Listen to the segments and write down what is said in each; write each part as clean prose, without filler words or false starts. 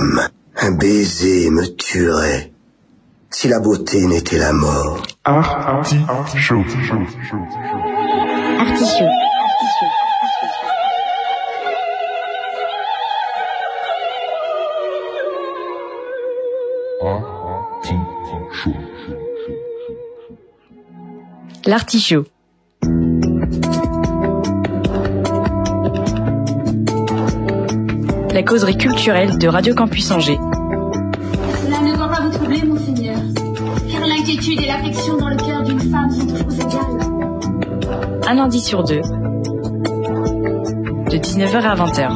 femme, un baiser me tuerait. Si la beauté n'était la mort. Artichaut. Artichaut. L'artichaut. La causerie culturelle de Radio Campus Angers. Cela ne doit pas vous troubler, monseigneur, car l'inquiétude et l'affection dans le cœur d'une femme sont toujours égales. Un lundi sur deux, de 19h à 20h.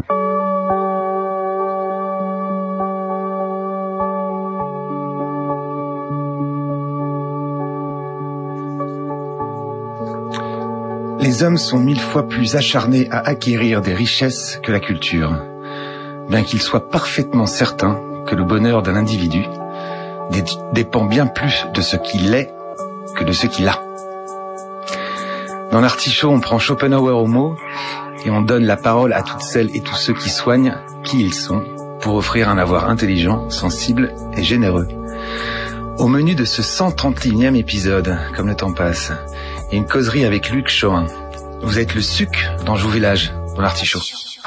Les hommes sont 1000 fois plus acharnés à acquérir des richesses que la culture, bien qu'ils soient parfaitement certains que le bonheur d'un individu dépend bien plus de ce qu'il est que de ce qu'il a. Dans l'artichaut, on prend Schopenhauer au mot et on donne la parole à toutes celles et tous ceux qui soignent qui ils sont pour offrir un avoir intelligent, sensible et généreux. Au menu de ce 131e épisode, comme le temps passe, il y a une causerie avec Luc Chohin. Vous êtes le suc d'Anjou Village, dans l'artichaut.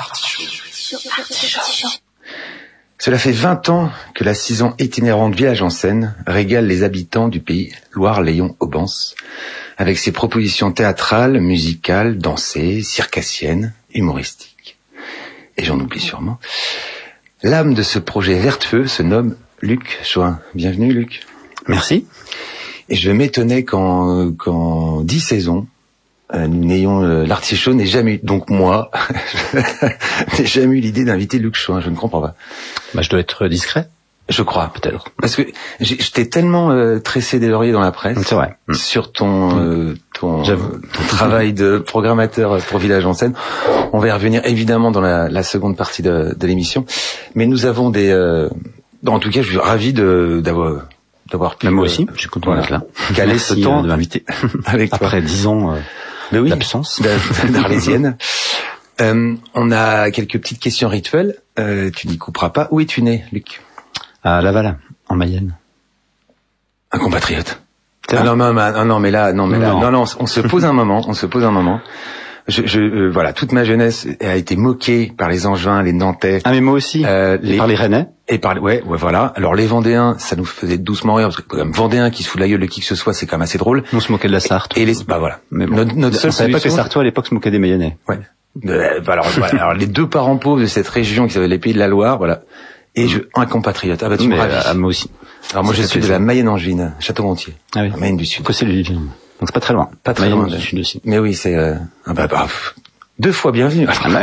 Cela fait 20 ans que la saison itinérante Village en scène régale les habitants du pays Loire-Layon-Aubance avec ses propositions théâtrales, musicales, dansées, circassiennes, humoristiques. Et j'en oublie sûrement. L'âme de ce projet vertueux se nomme Luc Chohin. Bienvenue Luc. Merci. Et je m'étonnais qu'en 10 saisons, nous n'ayons l'artichaut n'ait jamais eu. Donc moi, n'ai jamais eu l'idée d'inviter Luc Chohin. Je ne comprends pas. Bah, je dois être discret. Je crois, peut-être. Parce que j'étais tellement tressé des lauriers dans la presse. C'est vrai. Sur ton travail de programmateur pour Village en scène. On va y revenir évidemment dans la seconde partie de l'émission. Mais nous avons en tout cas, je suis ravi d'avoir pu... Moi aussi, je suis content d'être là. Caler ce temps de m'inviter. Avec toi. Après 10 ans d'absence. D'arlésienne. On a quelques petites questions rituelles. Tu n'y couperas pas. Où es-tu né, Luc? À Laval, en Mayenne. Un compatriote. Non, on se pose un moment. Voilà, toute ma jeunesse a été moquée par les Angevins, les Nantais. Ah, mais moi aussi. Par les Rennais. Ouais, voilà. Alors, les Vendéens, ça nous faisait doucement rire, parce que, comme Vendéen qui se fout la gueule de qui que ce soit, c'est quand même assez drôle. On se moquait de la Sarthe. Et voilà. Mais bon, notre seule on savait pas que Sartois, à l'époque, se moquait des Mayennais. Ouais. Alors, les deux parents pauvres de cette région qui s'appelle les Pays de la Loire, voilà. Et un compatriote. Ah, bah, tu me ravis. Moi aussi. Alors, moi, je suis de la Mayenne-Angevine, Château-Gontier. Ah oui. La Mayenne du Sud. Quoi, c'est le Lille. Donc, c'est pas très loin. Pas très loin. Du Sud aussi. Mais oui, c'est, 2 fois bienvenue.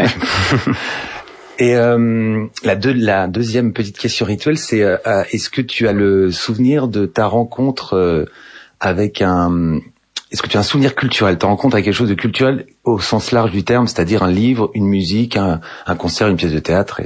Et la deuxième petite question rituelle, c'est est-ce que tu as le souvenir de ta rencontre avec est-ce que tu as un souvenir culturel, ta rencontre avec quelque chose de culturel au sens large du terme, c'est-à-dire un livre, une musique, un concert, une pièce de théâtre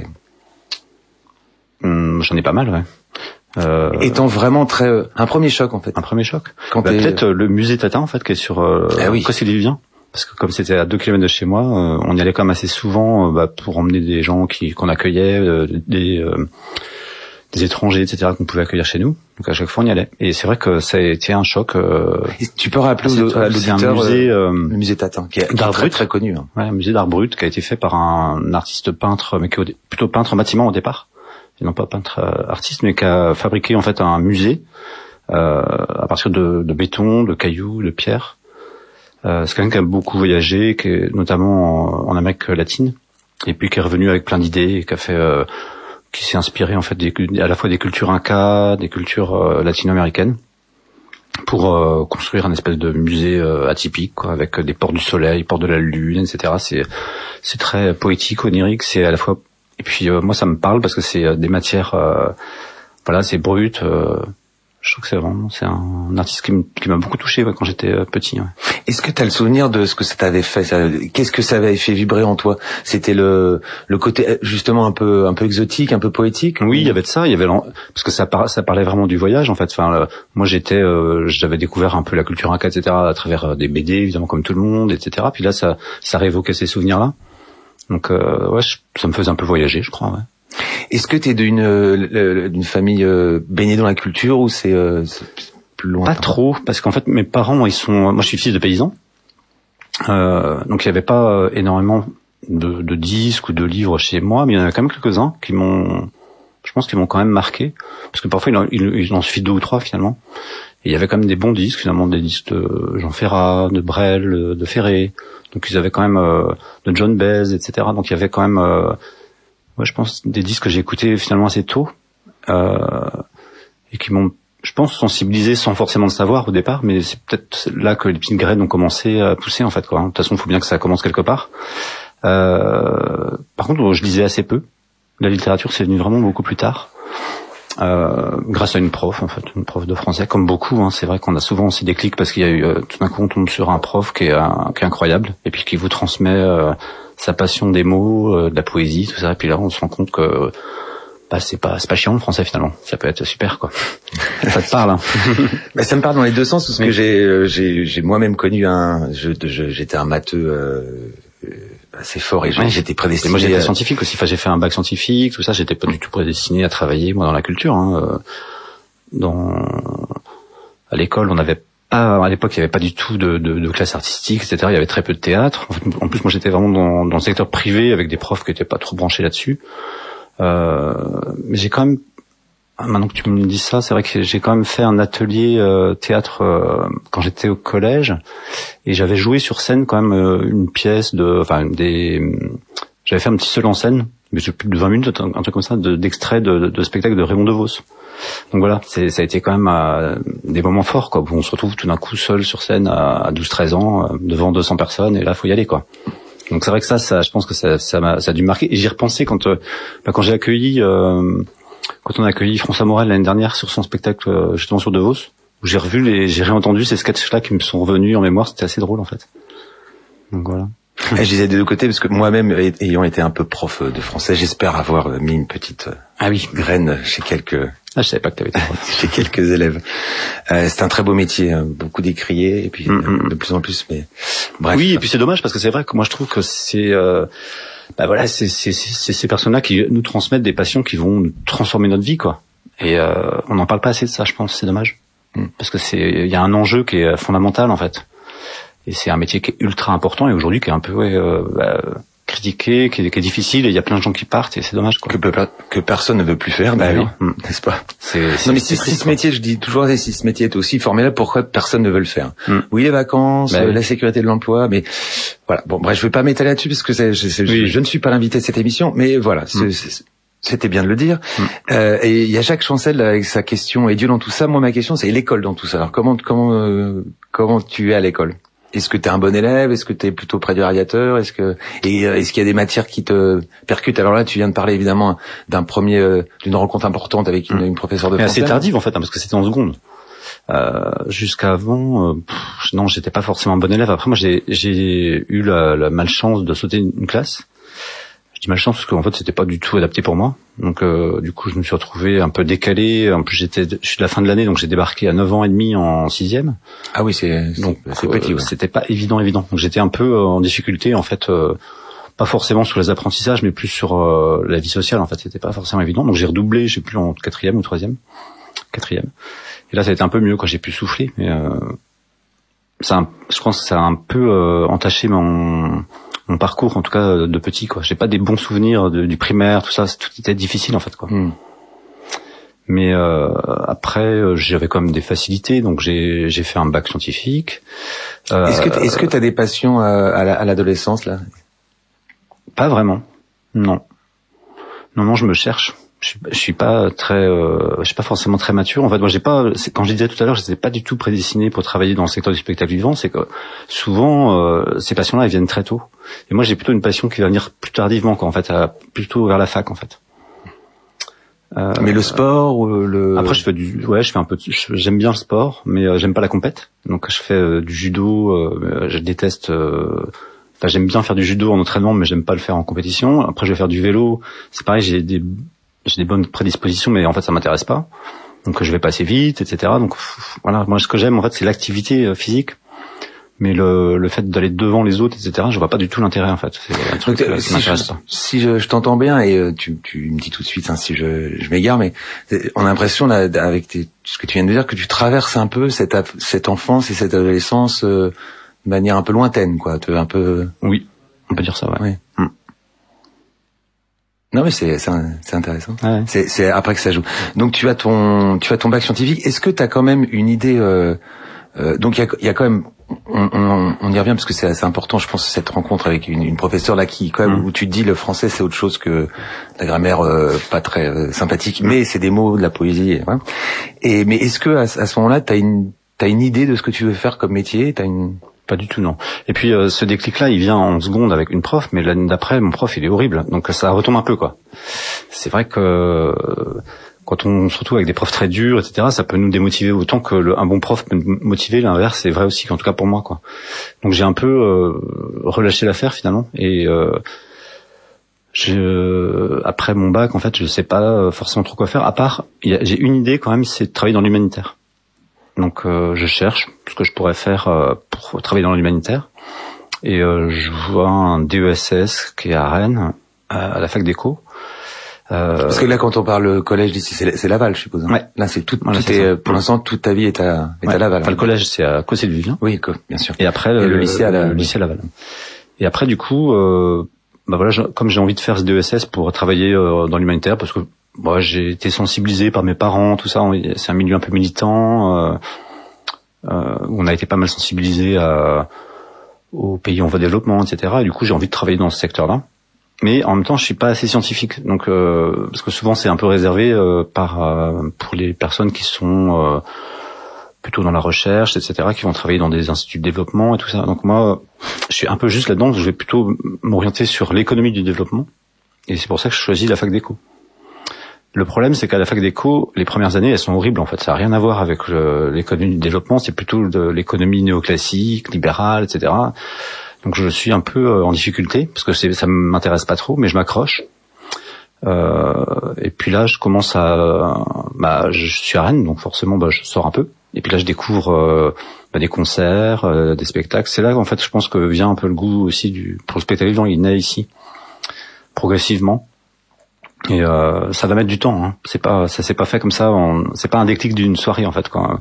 J'en ai pas mal, ouais. Étant vraiment un premier choc en fait. Un premier choc. Peut-être le musée Tatin en fait qui est sur Cossé-les-Vivien. Parce que comme c'était à 2 kilomètres de chez moi, on y allait quand même assez souvent pour emmener des gens qu'on accueillait, des étrangers, etc. qu'on pouvait accueillir chez nous. Donc à chaque fois on y allait. Et c'est vrai que ça a été un choc. Tu peux rappeler à l'auditeur le musée Tatin, qui est d'art brut, très connu. Hein. Ouais, un musée d'art brut qui a été fait par un artiste peintre, mais qui est plutôt peintre bâtiment au départ, et non pas peintre artiste, mais qui a fabriqué en fait un musée à partir de béton, de cailloux, de pierres. C'est quelqu'un qui a beaucoup voyagé, qui est notamment en Amérique latine, et puis qui est revenu avec plein d'idées, et qui s'est inspiré en fait à la fois des cultures incas, des cultures latino-américaines, pour construire un espèce de musée atypique, quoi, avec des ports du soleil, ports de la lune, etc. C'est très poétique, onirique, c'est à la fois. Et puis moi ça me parle parce que c'est des matières, c'est brut. Je trouve que c'est un artiste qui m'a beaucoup touché quand j'étais petit. Ouais. Est-ce que tu as le souvenir de ce que ça t'avait fait? Qu'est-ce que ça avait fait vibrer en toi? C'était le côté justement un peu exotique, un peu poétique. Oui, il y avait de ça. Il y avait parce que ça parlait vraiment du voyage en fait. Enfin, moi j'avais découvert un peu la culture inca, etc. à travers des BD évidemment comme tout le monde, etc. Puis là ça réévoquait ces souvenirs-là. Donc ça me faisait un peu voyager, je crois. Ouais. Est-ce que t'es d'une famille baignée dans la culture ou c'est plus loin? Pas trop, parce qu'en fait mes parents, moi je suis fils de paysan, donc il y avait pas énormément de disques ou de livres chez moi, mais il y en a quand même quelques-uns qui m'ont quand même marqué, parce que parfois il en suffit 2 ou 3 finalement. Et il y avait quand même des bons disques, finalement, des disques de Jean Ferrat, de Brel, de Ferré. Donc ils avaient quand même de John Baez, etc. Donc il y avait quand même, je pense, des disques que j'ai écoutés finalement assez tôt et qui m'ont, je pense, sensibilisé sans forcément le savoir au départ. Mais c'est peut-être là que les petites graines ont commencé à pousser en fait, quoi. De toute façon, il faut bien que ça commence quelque part. Par contre, je lisais assez peu. La littérature, c'est venu vraiment beaucoup plus tard. Grâce à une prof de français, comme beaucoup, hein. C'est vrai qu'on a souvent aussi des clics parce qu'il y a eu tout d'un coup on tombe sur un prof qui est incroyable et puis qui vous transmet sa passion des mots, de la poésie, tout ça. Et puis là, on se rend compte que c'est pas chiant le français finalement. Ça peut être super, quoi. Ça te parle, hein. Bah, ça me parle dans les deux sens parce que j'ai moi-même connu j'étais un matheux assez fort et j'étais prédestiné. Et moi j'étais scientifique aussi, enfin j'ai fait un bac scientifique, tout ça, j'étais pas du tout prédestiné à travailler moi dans la culture, hein. À l'école, on avait pas, à l'époque il y avait pas du tout de classe artistique, etc. Il y avait très peu de théâtre. En plus moi j'étais vraiment dans le secteur privé avec des profs qui étaient pas trop branchés là-dessus. Mais j'ai quand même, maintenant que tu me dis ça, c'est vrai que j'ai quand même fait un atelier théâtre quand j'étais au collège et j'avais joué sur scène quand même une pièce j'avais fait un petit seul en scène, mais c'est plus de 20 minutes, un truc comme ça, d'extrait de spectacle de Raymond DeVos. Donc voilà, ça a été quand même des moments forts, quoi, où on se retrouve tout d'un coup seul sur scène à 12-13 ans devant 200 personnes et là faut y aller, quoi. Donc c'est vrai que ça je pense que ça a dû me marquer et j'y repensais quand j'ai accueilli quand on a accueilli François Morel l'année dernière sur son spectacle justement sur DeVos, où j'ai réentendu ces sketchs-là qui me sont revenus en mémoire, c'était assez drôle en fait. Donc voilà. Je disais des deux côtés parce que moi-même ayant été un peu prof de français, j'espère avoir mis une petite graine chez quelques je savais pas que t'avais été prof. chez quelques élèves. C'est un très beau métier, hein, beaucoup décrié et puis de plus en plus, mais bref. Oui, et puis c'est dommage parce que c'est vrai que moi je trouve que c'est c'est ces personnes-là qui nous transmettent des passions qui vont transformer notre vie, quoi. Et on n'en parle pas assez de ça, je pense, c'est dommage. Parce que il y a un enjeu qui est fondamental en fait. Et c'est un métier qui est ultra important et aujourd'hui qui est un peu critiqué, qui est difficile et il y a plein de gens qui partent et c'est dommage, quoi. Que personne ne veut plus faire, d'ailleurs, n'est-ce pas? Non mais si ce métier, je dis toujours, si ce métier est aussi formidable, pourquoi personne ne veut le faire? Oui, les vacances, la sécurité de l'emploi, mais voilà. Bon, bref, je vais pas m'étaler là-dessus parce que je ne suis pas l'invité de cette émission, mais voilà, c'était bien de le dire. Et il y a Jacques Chancel avec sa question et Dieu dans tout ça. Moi, ma question, c'est l'école dans tout ça. Alors comment tu es à l'école? Est-ce que t'es un bon élève? Est-ce que t'es plutôt près du radiateur? Est-ce qu'il y a des matières qui te percutent? Alors là, tu viens de parler évidemment d'une rencontre importante avec une professeure de français. Mais assez tardive en fait, parce que c'était en seconde. Jusqu'avant, non, j'étais pas forcément un bon élève. Après, moi, j'ai eu la malchance de sauter une classe. Je dis malchance parce qu'en fait, c'était pas du tout adapté pour moi. Donc, du coup, je me suis retrouvé un peu décalé. En plus, je suis de la fin de l'année, donc j'ai débarqué à 9 ans et demi en 6e. Ah oui, c'est petit, ouais. C'était pas évident. Donc, j'étais un peu en difficulté, en fait, pas forcément sur les apprentissages, mais plus sur la vie sociale, en fait. C'était pas forcément évident. Donc, j'ai redoublé, je sais plus, en 4e ou 3e. 4e. Et là, ça a été un peu mieux quand j'ai pu souffler, mais je pense que ça a un peu entaché mon parcours, en tout cas de petit, quoi. J'ai pas des bons souvenirs du primaire, tout ça, tout était difficile en fait, quoi. Mais après, j'avais quand même des facilités, donc j'ai fait un bac scientifique. Est-ce que t'as des passions à l'adolescence là? Pas vraiment, non. Non, je me cherche. Je suis pas forcément très mature. En fait, moi, quand je disais tout à l'heure, je n'étais pas du tout prédestiné pour travailler dans le secteur du spectacle vivant. C'est que souvent, ces passions-là, elles viennent très tôt. Et moi, j'ai plutôt une passion qui va venir plus tardivement, quoi. En fait, plutôt vers la fac, en fait. Mais le sport ou Après, je fais un peu. J'aime bien le sport, mais j'aime pas la compète. Donc, je fais du judo. Je déteste. J'aime bien faire du judo en entraînement, mais j'aime pas le faire en compétition. Après, je vais faire du vélo. C'est pareil, j'ai des bonnes prédispositions, mais en fait ça m'intéresse pas. Donc je vais pas assez vite, etc. Donc voilà, moi ce que j'aime en fait c'est l'activité physique, Mais le fait d'aller devant les autres, etc., je vois pas du tout l'intérêt en fait. C'est un truc qui m'intéresse pas. Si je t'entends bien, et tu me dis tout de suite si je m'égare, mais on a l'impression là, avec ce que tu viens de dire, que tu traverses un peu cette enfance et cette adolescence de manière un peu lointaine, quoi. Un peu. Oui, on peut dire ça, ouais. Oui. Non mais c'est intéressant. Ouais. C'est après que ça joue. Donc tu as ton bac scientifique. Est-ce que tu as quand même une idée donc il y a quand même on y revient parce que c'est assez important, je pense, cette rencontre avec une professeure là qui quand même où tu te dis le français c'est autre chose que la grammaire pas très sympathique, mais c'est des mots, de la poésie. Hein. Mais est-ce que à ce moment-là t'as une idée de ce que tu veux faire comme métier? Pas du tout, non. Et puis ce déclic-là, il vient en seconde avec une prof, mais l'année d'après, mon prof, il est horrible. Donc ça retombe un peu, quoi. C'est vrai que quand on se retrouve avec des profs très durs, etc., ça peut nous démotiver autant que un bon prof peut nous motiver. L'inverse, c'est vrai aussi, en tout cas pour moi, quoi. Donc j'ai un peu relâché l'affaire finalement. Et après mon bac, en fait, je sais pas forcément trop quoi faire. À part, j'ai une idée quand même, c'est de travailler dans l'humanitaire. Donc je cherche ce que je pourrais faire pour travailler dans l'humanitaire et je vois un DESS qui est à Rennes à la fac d'éco. Parce que là quand on parle collège d'ici c'est Laval je suppose. Hein. Ouais. Là c'est pour l'instant toute ta vie est à Laval. Enfin le collège c'est à Cossé-le-Vivien. Oui, bien sûr. Et après le lycée à Laval. Et après du coup comme j'ai envie de faire ce DESS pour travailler dans l'humanitaire parce que moi, j'ai été sensibilisé par mes parents, tout ça. C'est un milieu un peu militant. Où on a été pas mal sensibilisé aux pays en voie de développement, etc. Et du coup, j'ai envie de travailler dans ce secteur-là. Mais en même temps, je suis pas assez scientifique. Donc, parce que souvent, c'est un peu réservé pour les personnes qui sont plutôt dans la recherche, etc., qui vont travailler dans des instituts de développement et tout ça. Donc moi, je suis un peu juste là-dedans. Je vais plutôt m'orienter sur l'économie du développement. Et c'est pour ça que je choisis la fac d'éco. Le problème, c'est qu'à la fac d'éco, les premières années, elles sont horribles, en fait. Ça n'a rien à voir avec l'économie du développement. C'est plutôt de l'économie néoclassique, libérale, etc. Donc, je suis un peu en difficulté, parce que ça m'intéresse pas trop, mais je m'accroche. Et puis là, je commence je suis à Rennes, donc forcément, je sors un peu. Et puis là, je découvre des concerts, des spectacles. C'est là, en fait, je pense que vient un peu le goût aussi pour le spectacle vivant. Il naît ici, progressivement. Et ça va mettre du temps, hein. Ça s'est pas fait comme ça, c'est pas un déclic d'une soirée en fait quoi.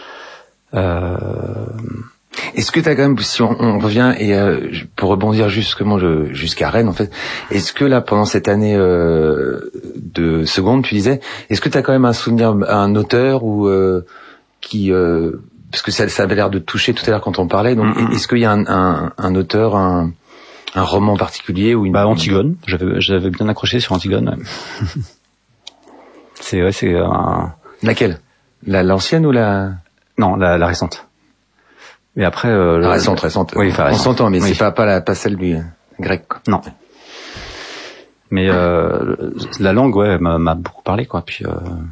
Est-ce que t'as quand même, si on revient et pour rebondir jusqu'à Rennes en fait, est-ce que là pendant cette année de seconde tu disais, est-ce que t'as quand même un souvenir à un auteur ou qui parce que ça avait l'air de te toucher tout à l'heure quand on parlait, donc est-ce qu'il y a un auteur, un roman particulier ou Antigone. J'avais bien accroché sur Antigone. C'est laquelle? L'ancienne ou la? Non, la récente. Mais après la récente. Oui, on s'entend, mais oui. C'est pas celle du grec. Quoi. Non. Mais la langue, m'a beaucoup parlé, quoi. Puis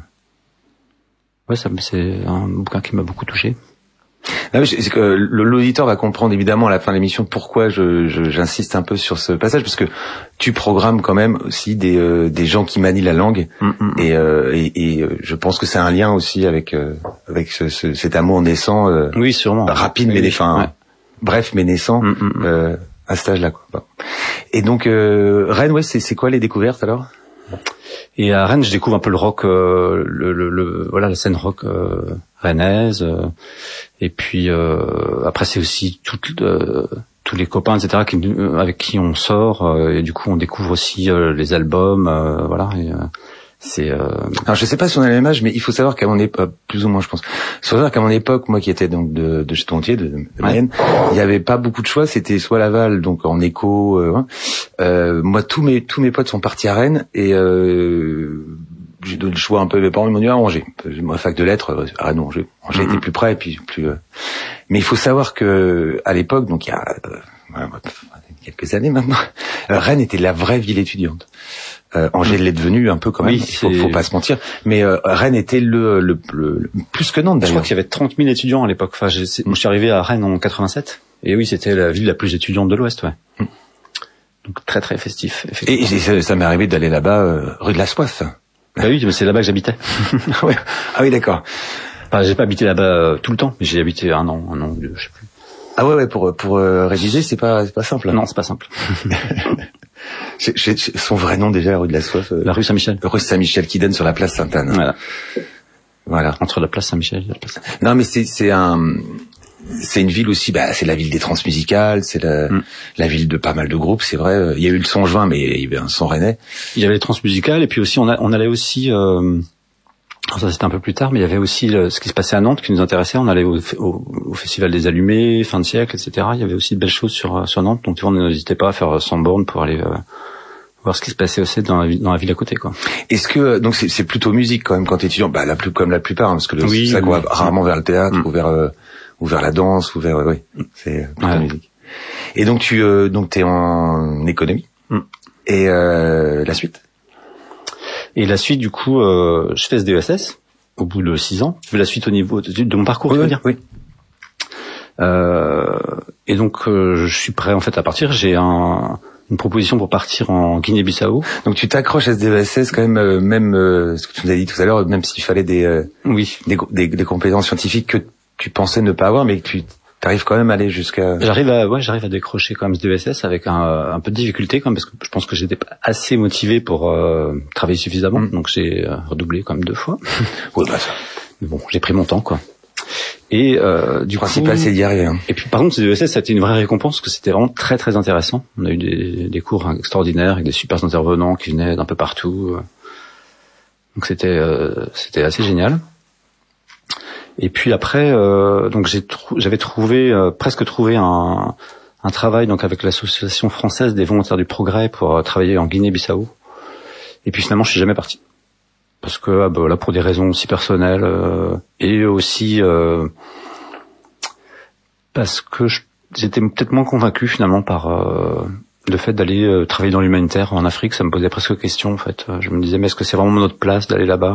c'est un bouquin qui m'a beaucoup touché. Non, c'est que l'auditeur va comprendre évidemment à la fin de l'émission pourquoi j'insiste un peu sur ce passage, parce que tu programmes quand même aussi des gens qui manient la langue et je pense que c'est un lien aussi avec cet amour naissant oui sûrement rapide mais bref mais naissant à cet âge-là quoi. Et donc Rennes c'est quoi les découvertes alors? Et à Rennes, je découvre un peu le rock, la scène rock rennaise. Et puis après, c'est aussi tous les copains, etc., avec qui on sort. Et du coup, on découvre aussi les albums, voilà. Et, Alors je sais pas si on a le même âge, mais il faut savoir qu'à mon époque, plus ou moins je pense, il faut savoir qu'à mon époque, moi qui étais donc de Château-Gontier, de Mayenne, il y avait pas beaucoup de choix, c'était soit Laval, donc en éco, moi tous mes potes sont partis à Rennes et j'ai donné le choix un peu, mes parents ils m'ont dit à Angers. Moi fac de lettres, à Rennes, Angers était plus près et puis plus. Mais il faut savoir que à l'époque, donc il y a quelques années maintenant, Rennes était la vraie ville étudiante. Angers l'est devenu un peu quand même, oui, faut pas se mentir, mais Rennes était le plus que Nantes d'ailleurs. Je crois qu'il y avait 30 000 étudiants à l'époque. Enfin, je suis arrivé à Rennes en 87, et oui, c'était la ville la plus étudiante de l'Ouest, ouais. Donc très très festif. Et ça m'est arrivé d'aller là-bas, rue de la Soif. Bah oui, mais c'est là-bas que j'habitais. Ouais. Ah oui, d'accord. Enfin, j'ai pas habité là-bas tout le temps, mais j'ai habité un an ou deux, je sais plus. Ah ouais, pour réviser, c'est pas simple. Non, c'est pas simple. Son vrai nom déjà, rue de la Soif. La rue Saint-Michel. Rue Saint-Michel qui donne sur la place Sainte-Anne. Voilà. Entre la place Saint-Michel et la place Sainte-Anne. Non, mais c'est une ville aussi, c'est la ville des transmusicales, c'est la ville de pas mal de groupes, c'est vrai. Il y a eu le son juin, mais il y avait un son rennais. Il y avait les transmusicales, et puis aussi on allait aussi, ça c'était un peu plus tard, mais il y avait aussi ce qui se passait à Nantes qui nous intéressait. On allait au Festival des Allumés, fin de siècle, etc. Il y avait aussi de belles choses sur Nantes, donc on n'hésitait pas à faire 100 bornes pour aller voir ce qui se passait aussi dans la ville à côté, quoi. Est-ce que donc c'est plutôt musique quand même quand t'es étudiant, comme la plupart, hein, parce que ça va rarement vers le théâtre ou vers la danse ou vers c'est plutôt musique. Et donc t'es en économie. Et la suite. Et la suite, du coup, je fais ce DESS au bout de 6 ans. Tu veux la suite au niveau de mon parcours, tu veux dire? Oui. Et donc, je suis prêt en fait à partir. J'ai une proposition pour partir en Guinée-Bissau. Donc tu t'accroches à ce DESS quand même, même ce que tu nous as dit tout à l'heure, même s'il fallait des compétences scientifiques que tu pensais ne pas avoir, mais que tu t'arrives quand même à aller jusqu'à... J'arrive à décrocher quand même ce DESS avec un peu de difficulté quand même, parce que je pense que j'étais pas assez motivé pour travailler suffisamment, donc j'ai redoublé quand même 2 fois. Ouais, ça. Mais bon, j'ai pris mon temps, quoi. Et du principal, c'est d'y arriver. Et puis par contre, ce DESS, ça a été une vraie récompense parce que c'était vraiment très très intéressant. On a eu des cours extraordinaires avec des super intervenants qui venaient d'un peu partout. Donc c'était assez génial. Et puis après, donc j'avais presque trouvé un travail donc avec l'association française des volontaires du progrès pour travailler en Guinée-Bissau. Et puis finalement, je suis jamais parti. Parce que là, pour des raisons aussi personnelles et aussi parce que j'étais peut-être moins convaincu finalement par le fait d'aller travailler dans l'humanitaire en Afrique. Ça me posait presque question en fait. Je me disais mais est-ce que c'est vraiment notre place d'aller là-bas?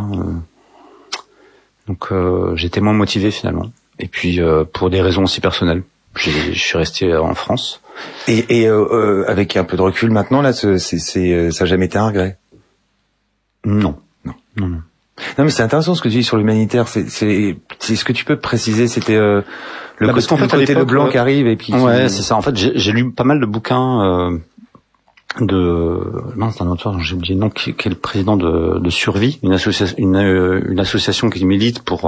Donc j'étais moins motivé finalement. Et puis pour des raisons aussi personnelles, je suis resté en France. Et avec un peu de recul maintenant là, ça n'a jamais été un regret? Non. Non, mais c'est intéressant ce que tu dis sur l'humanitaire. C'est ce que tu peux préciser. C'était le côté de blanc qui arrive et puis. Ouais, c'est ça. En fait, j'ai lu pas mal de bouquins c'est un auteur dont j'ai oublié le nom, qui est le président de Survie, une association qui milite pour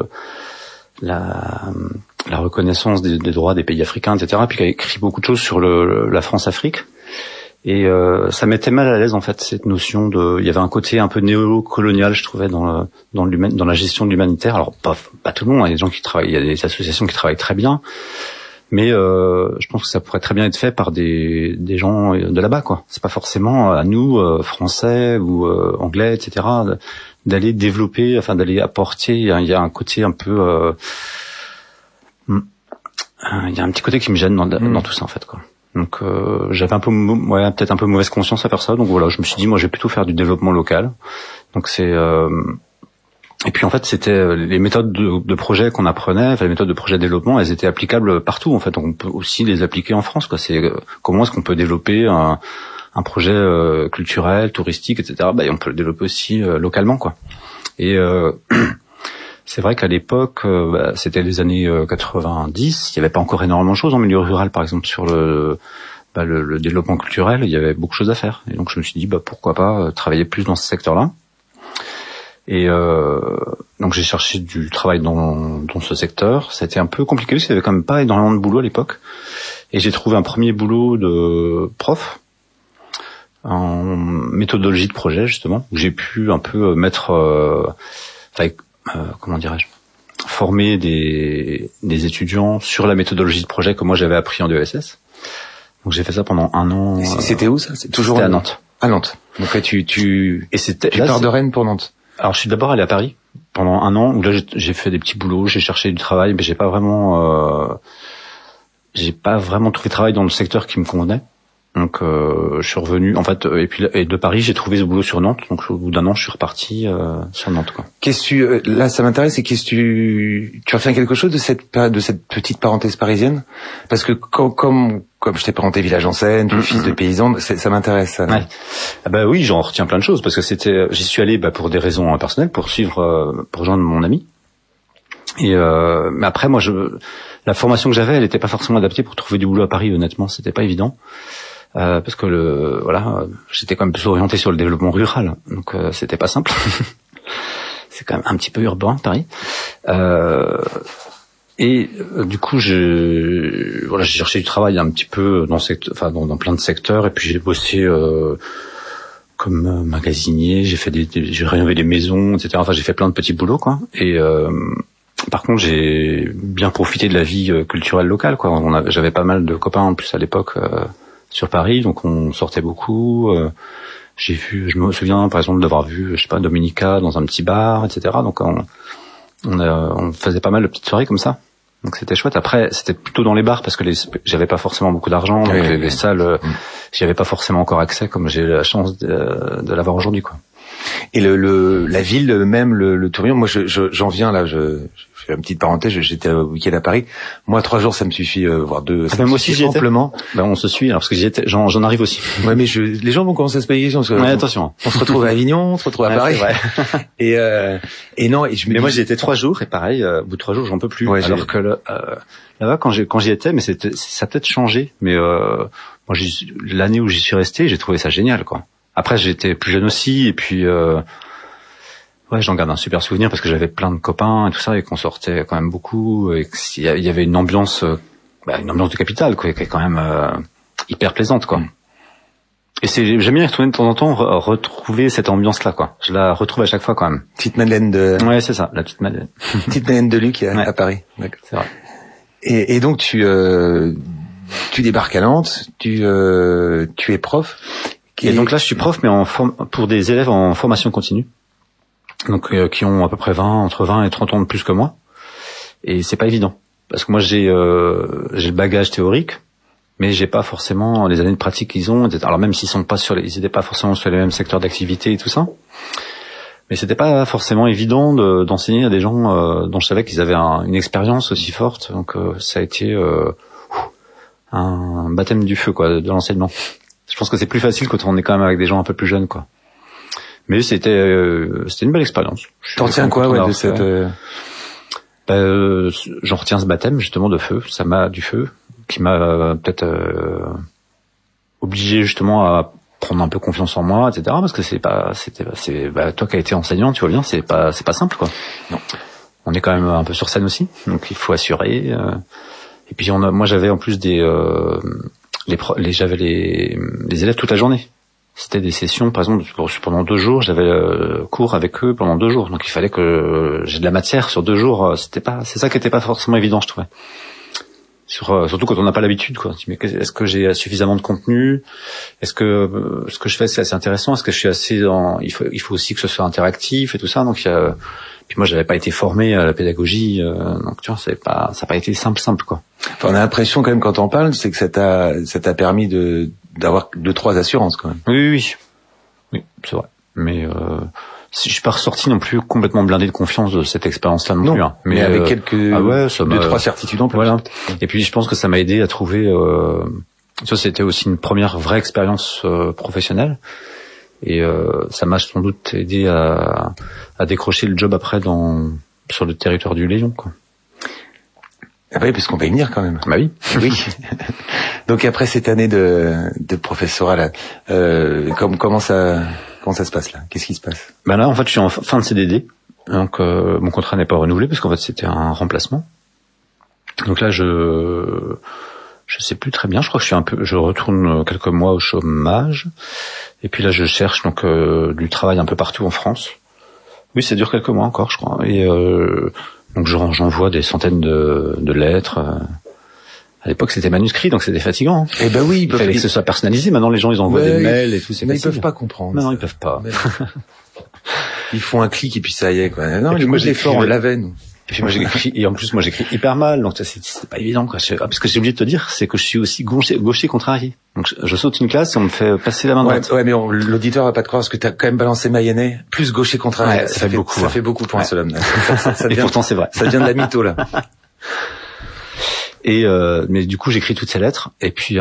la reconnaissance des droits des pays africains, etc. Puis qui a écrit beaucoup de choses sur la France-Afrique. Et ça mettait mal à l'aise en fait cette notion il y avait un côté un peu néocolonial, je trouvais, dans la gestion de l'humanitaire. Alors pas tout le monde, il y a des gens qui travaillent, il y a des associations qui travaillent très bien, mais je pense que ça pourrait très bien être fait par des gens de là-bas, quoi. C'est pas forcément à nous Français ou Anglais, etc. d'aller développer, enfin d'aller apporter. Il y a un côté un peu, il y a un petit côté qui me gêne dans tout ça en fait, quoi. Donc j'avais peut-être un peu mauvaise conscience à faire ça. Donc voilà, je me suis dit moi je vais plutôt faire du développement local. Donc et puis en fait c'était les méthodes de projet qu'on apprenait, les méthodes de projet de développement, elles étaient applicables partout en fait. Donc on peut aussi les appliquer en France, quoi. C'est comment est-ce qu'on peut développer un projet culturel, touristique, etc. On peut le développer aussi localement, quoi. Et c'est vrai qu'à l'époque, c'était les années 90, il n'y avait pas encore énormément de choses en milieu rural, par exemple, sur le développement culturel, il y avait beaucoup de choses à faire. Et donc je me suis dit, pourquoi pas travailler plus dans ce secteur-là. Et donc j'ai cherché du travail dans ce secteur. C'était un peu compliqué, parce qu'il n'y avait quand même pas énormément de boulot à l'époque. Et j'ai trouvé un premier boulot de prof, en méthodologie de projet, justement, où j'ai pu un peu mettre... comment dirais-je, former des étudiants sur la méthodologie de projet que moi j'avais appris en DESS. Donc j'ai fait ça pendant 1 an. C'était où ça? C'était à Nantes. À Nantes. Donc là tu pars de Rennes pour Nantes. Alors je suis d'abord allé à Paris pendant 1 an où là j'ai fait des petits boulots, j'ai cherché du travail, mais j'ai pas vraiment trouvé de travail dans le secteur qui me convenait. Donc je suis revenu en fait et de Paris j'ai trouvé ce boulot sur Nantes. Donc au bout d'1 an je suis reparti sur Nantes, quoi. Là ça m'intéresse, c'est tu retiens quelque chose de cette petite parenthèse parisienne, parce que comme je t'ai présenté Village en Seine, le fils de paysan, ça m'intéresse. Ça. Ouais. Oui, j'en retiens plein de choses parce que j'y suis allé pour des raisons personnelles, pour rejoindre mon ami. Et mais après, moi, la formation que j'avais, elle n'était pas forcément adaptée pour trouver du boulot à Paris. Honnêtement, c'était pas évident. Parce que j'étais quand même plus orienté sur le développement rural, donc c'était pas simple. C'est quand même un petit peu urbain Paris. Du coup, j'ai cherché du travail un petit peu dans plein de secteurs, et puis j'ai bossé comme magasinier. J'ai rénové des maisons, etc. Enfin, j'ai fait plein de petits boulots, quoi. Et par contre, j'ai bien profité de la vie culturelle locale, quoi. J'avais pas mal de copains en plus à l'époque. Sur Paris, donc on sortait beaucoup. Je me souviens par exemple d'avoir vu, je sais pas, Dominica dans un petit bar, etc. Donc on faisait pas mal de petites soirées comme ça. Donc c'était chouette. Après, c'était plutôt dans les bars parce que j'avais pas forcément beaucoup d'argent, donc les salles, j'y avais pas forcément encore accès comme j'ai la chance de l'avoir aujourd'hui, quoi. Et la ville même, le tourbillon, moi j'en viens là, je fais une petite parenthèse, j'étais au week-end à Paris. Moi 3 jours ça me suffit, voire 2. Même aussi j'y étais. Amplement. Ben on se suit, alors parce que j'y étais, j'en arrive aussi. Ouais, mais les gens vont commencer à se payer. Attention. On se retrouve à Avignon, on se retrouve à Paris. C'est vrai. Mais moi j'y étais 3 jours et pareil, au bout de 3 jours j'en peux plus. Ouais, alors que là-bas quand j'y étais, mais ça a peut-être changé. Mais moi l'année où j'y suis resté, j'ai trouvé ça génial, quoi. Après, j'étais plus jeune aussi, et puis j'en garde un super souvenir parce que j'avais plein de copains et tout ça, et qu'on sortait quand même beaucoup, et qu'il y avait une ambiance de capitale, quoi, qui est quand même hyper plaisante, quoi. Et j'aime bien y retourner de temps en temps, retrouver cette ambiance-là, quoi. Je la retrouve à chaque fois, quand même. Petite Madeleine Ouais, c'est ça, la petite Madeleine. Petite Madeleine de Luc à Paris. D'accord. C'est vrai. Et donc tu débarques à Nantes, tu es prof. Et donc là, je suis prof, mais pour des élèves en formation continue. Donc, qui ont à peu près entre 20 et 30 ans de plus que moi. Et c'est pas évident. Parce que moi, j'ai le bagage théorique, mais j'ai pas forcément les années de pratique qu'ils ont. Alors même s'ils ils étaient pas forcément sur les mêmes secteurs d'activité et tout ça. Mais c'était pas forcément évident d'enseigner à des gens, dont je savais qu'ils avaient une expérience aussi forte. Donc, ça a été, un baptême du feu, quoi, de l'enseignement. Je pense que c'est plus facile quand on est quand même avec des gens un peu plus jeunes, quoi. Mais c'était une belle expérience. T'en retiens quoi, de cette j'en retiens ce baptême justement de feu, du feu, qui m'a peut-être obligé justement à prendre un peu confiance en moi, etc. Parce que toi qui as été enseignant, tu vois bien, c'est pas simple, quoi. Non. On est quand même un peu sur scène aussi, donc il faut assurer. Et puis moi j'avais en plus j'avais les élèves toute la journée. C'était des sessions, par exemple, pendant 2 jours, j'avais cours avec eux pendant 2 jours. Donc il fallait que j'ai de la matière sur 2 jours. C'est ça qui était pas forcément évident, je trouvais. Surtout quand on n'a pas l'habitude, quoi. Mais est-ce que j'ai suffisamment de contenu? Est-ce que ce que je fais c'est assez intéressant? Est-ce que je suis assez il faut aussi que ce soit interactif et tout ça. Donc puis moi j'avais pas été formé à la pédagogie, donc tu vois, ça a pas été simple, quoi. Enfin, on a l'impression quand même quand on parle, c'est que ça t'a permis d'avoir 2-3 assurances quand même. Oui, c'est vrai. Mais je suis pas ressorti non plus complètement blindé de confiance de cette expérience-là non plus. Hein. Mais avec quelques 2-3 certitudes en plus. Voilà. Et puis je pense que ça m'a aidé à trouver. Ça, c'était aussi une première vraie expérience professionnelle. Et ça m'a sans doute aidé à décrocher le job après sur le territoire du Léon, quoi. Ah oui, parce qu'on va y venir quand même. Bah oui. Oui. Donc après cette année de professorat là, comment ça se passe là? Qu'est-ce qui se passe? Bah là, en fait, je suis en fin de CDD. Donc mon contrat n'est pas renouvelé parce qu'en fait c'était un remplacement. Donc là, je sais plus très bien. Je crois que je retourne quelques mois au chômage. Et puis là, je cherche donc du travail un peu partout en France. Oui, ça dure quelques mois encore, je crois. Et donc j'envoie des centaines de lettres. À l'époque, c'était manuscrit, donc c'était fatigant. Eh ben oui, il fallait que ce soit personnalisé. Maintenant, les gens, ils envoient des mails et tout. Mais ils peuvent pas comprendre. Non, ils peuvent pas. Ils font un clic et puis ça y est, quoi. Non, moi l'effort, on l'avait, nous. Et puis moi j'écris, et en plus moi j'écris hyper mal, donc c'est pas évident, quoi. Parce que j'ai oublié de te dire, c'est que je suis aussi gaucher contrarié. Donc je saute une classe et on me fait passer la main droite. Ouais, mais l'auditeur va pas te croire parce que t'as quand même balancé Mayennet plus gaucher contrarié. Ouais, ça fait beaucoup. Ça fait beaucoup pour un seul homme. Et pourtant c'est vrai. Ça vient de la mytho là. Et mais du coup j'écris toutes ces lettres et puis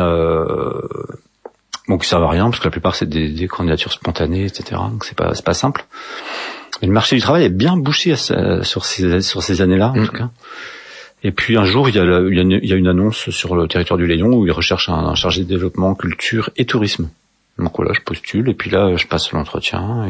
bon qui servent à rien parce que la plupart c'est des candidatures spontanées, etc. Donc c'est pas simple. Et le marché du travail est bien bouché sur ces années-là, en tout cas. Et puis un jour, il y a une annonce sur le territoire du Layon où ils recherchent un chargé de développement, culture et tourisme. Donc voilà, je postule et puis là, je passe l'entretien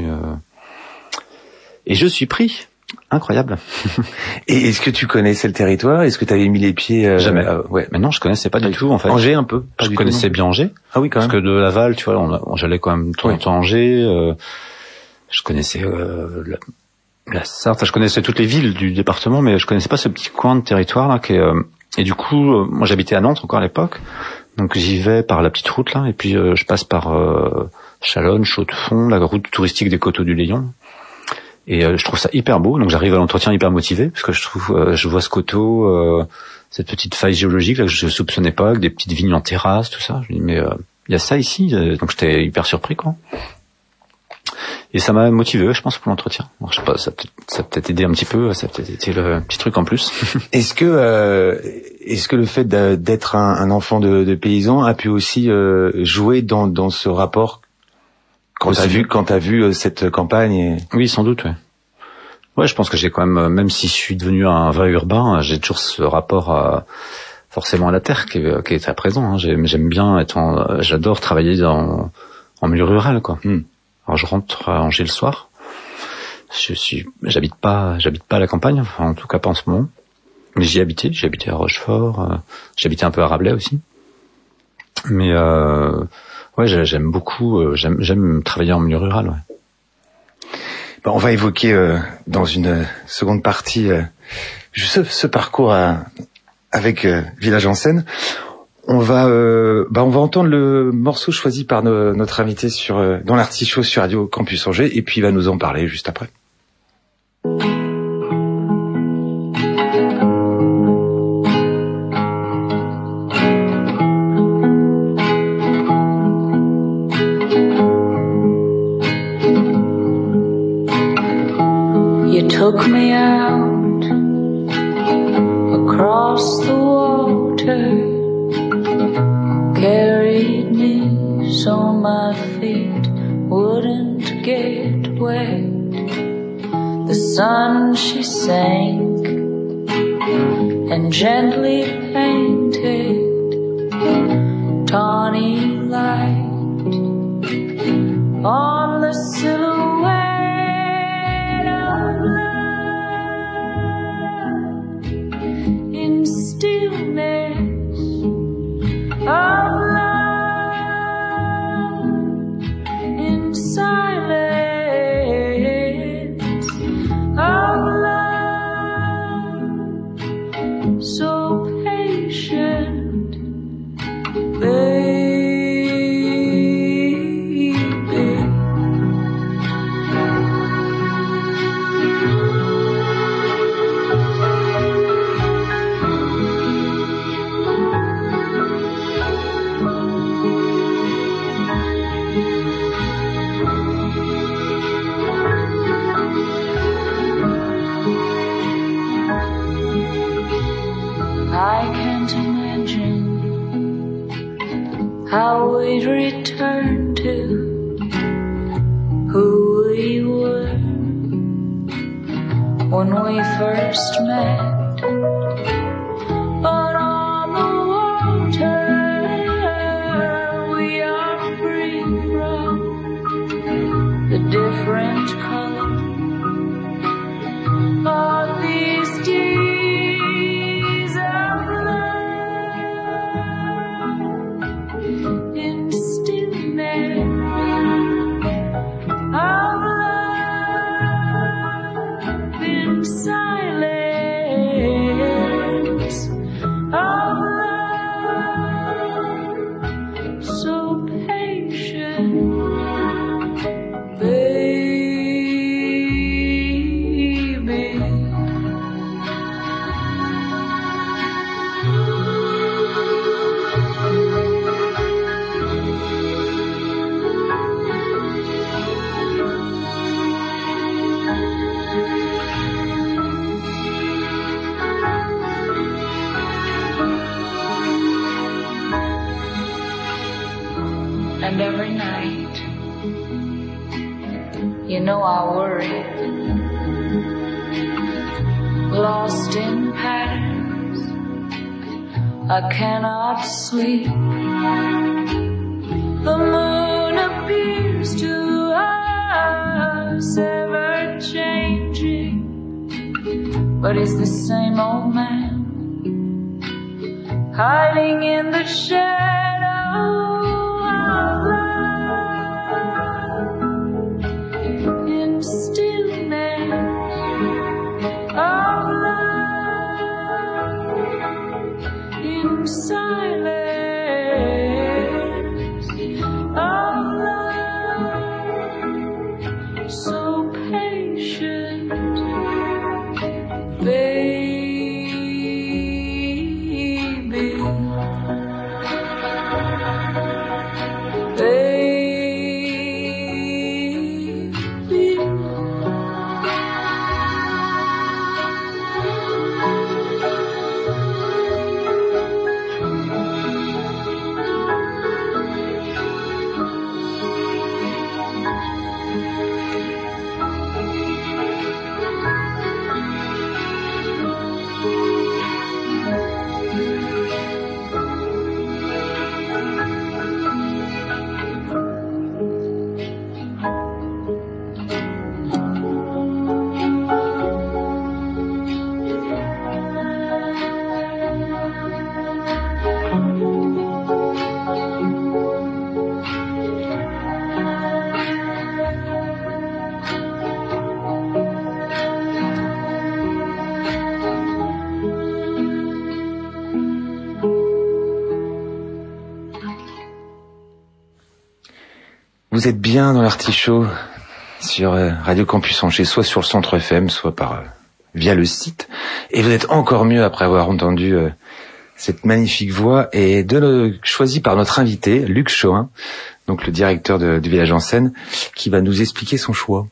et je suis pris. Incroyable. Et est-ce que tu connaissais le territoire? Est-ce que tu avais mis les pieds Jamais. Ouais. Mais non, je connaissais pas du tout en fait. Angers un peu. Je connaissais bien Angers. Ah oui, quand même. Parce que de Laval, tu vois, j'allais quand même tout le temps à Angers. Je connaissais la Sarthe. Enfin, je connaissais toutes les villes du département, mais je connaissais pas ce petit coin de territoire là et du coup, moi j'habitais à Nantes encore à l'époque. Donc j'y vais par la petite route là, et puis je passe par Chalonnes, Chaux-de-Fonds, la route touristique des Coteaux du Layon. Et je trouve ça hyper beau, donc j'arrive à l'entretien hyper motivé, parce que je vois ce coteau, cette petite faille géologique là que je soupçonnais pas, avec des petites vignes en terrasse, tout ça. Je me dis mais il y a ça ici, donc j'étais hyper surpris quoi. Et ça m'a motivé, je pense, pour l'entretien. Alors, je sais pas, ça a peut-être aidé un petit peu, ça a peut-être été le petit truc en plus. Est-ce que le fait d'être un enfant de paysan a pu aussi jouer dans ce rapport quand t'as vu cette campagne Oui, sans doute, ouais. Ouais, je pense que j'ai quand même si je suis devenu un vrai urbain, j'ai toujours ce rapport forcément à la terre qui est à présent. Hein. J'aime bien j'adore travailler en milieu rural, quoi. Alors je rentre à Angers le soir. J'habite pas à la campagne, enfin, en tout cas pas en ce moment. Mais j'y habitais à Rochefort, j'habitais un peu à Rabelais aussi. Mais ouais, j'aime beaucoup, j'aime travailler en milieu rural, ouais. On va évoquer dans une seconde partie ce parcours avec Village en scène. On va entendre le morceau choisi par notre invité dans l'Artichaut sur Radio Campus Angers, et puis il va nous en parler juste après. You took me out across the water, carried me so my feet wouldn't get wet. The sun she sank and gently painted tawny light on the silhouette of love in stillness of love in silence of love, so patient, baby. I can't imagine how we'd return to who we were when we first met. But on the water we are free from the different color of these days of love in stillness of love in silence know I worry. Lost in patterns, I cannot sleep. The moon appears to us ever changing, but it's the same old man hiding in the shadow of love, in stillness of love, in silence of love, so patient, baby. Vous êtes bien dans l'Artichaut sur Radio Campus Angers, soit sur le Centre FM, soit via le site. Et vous êtes encore mieux après avoir entendu cette magnifique voix et choisie par notre invité, Luc Chohin, donc le directeur du Village en Scène, qui va nous expliquer son choix.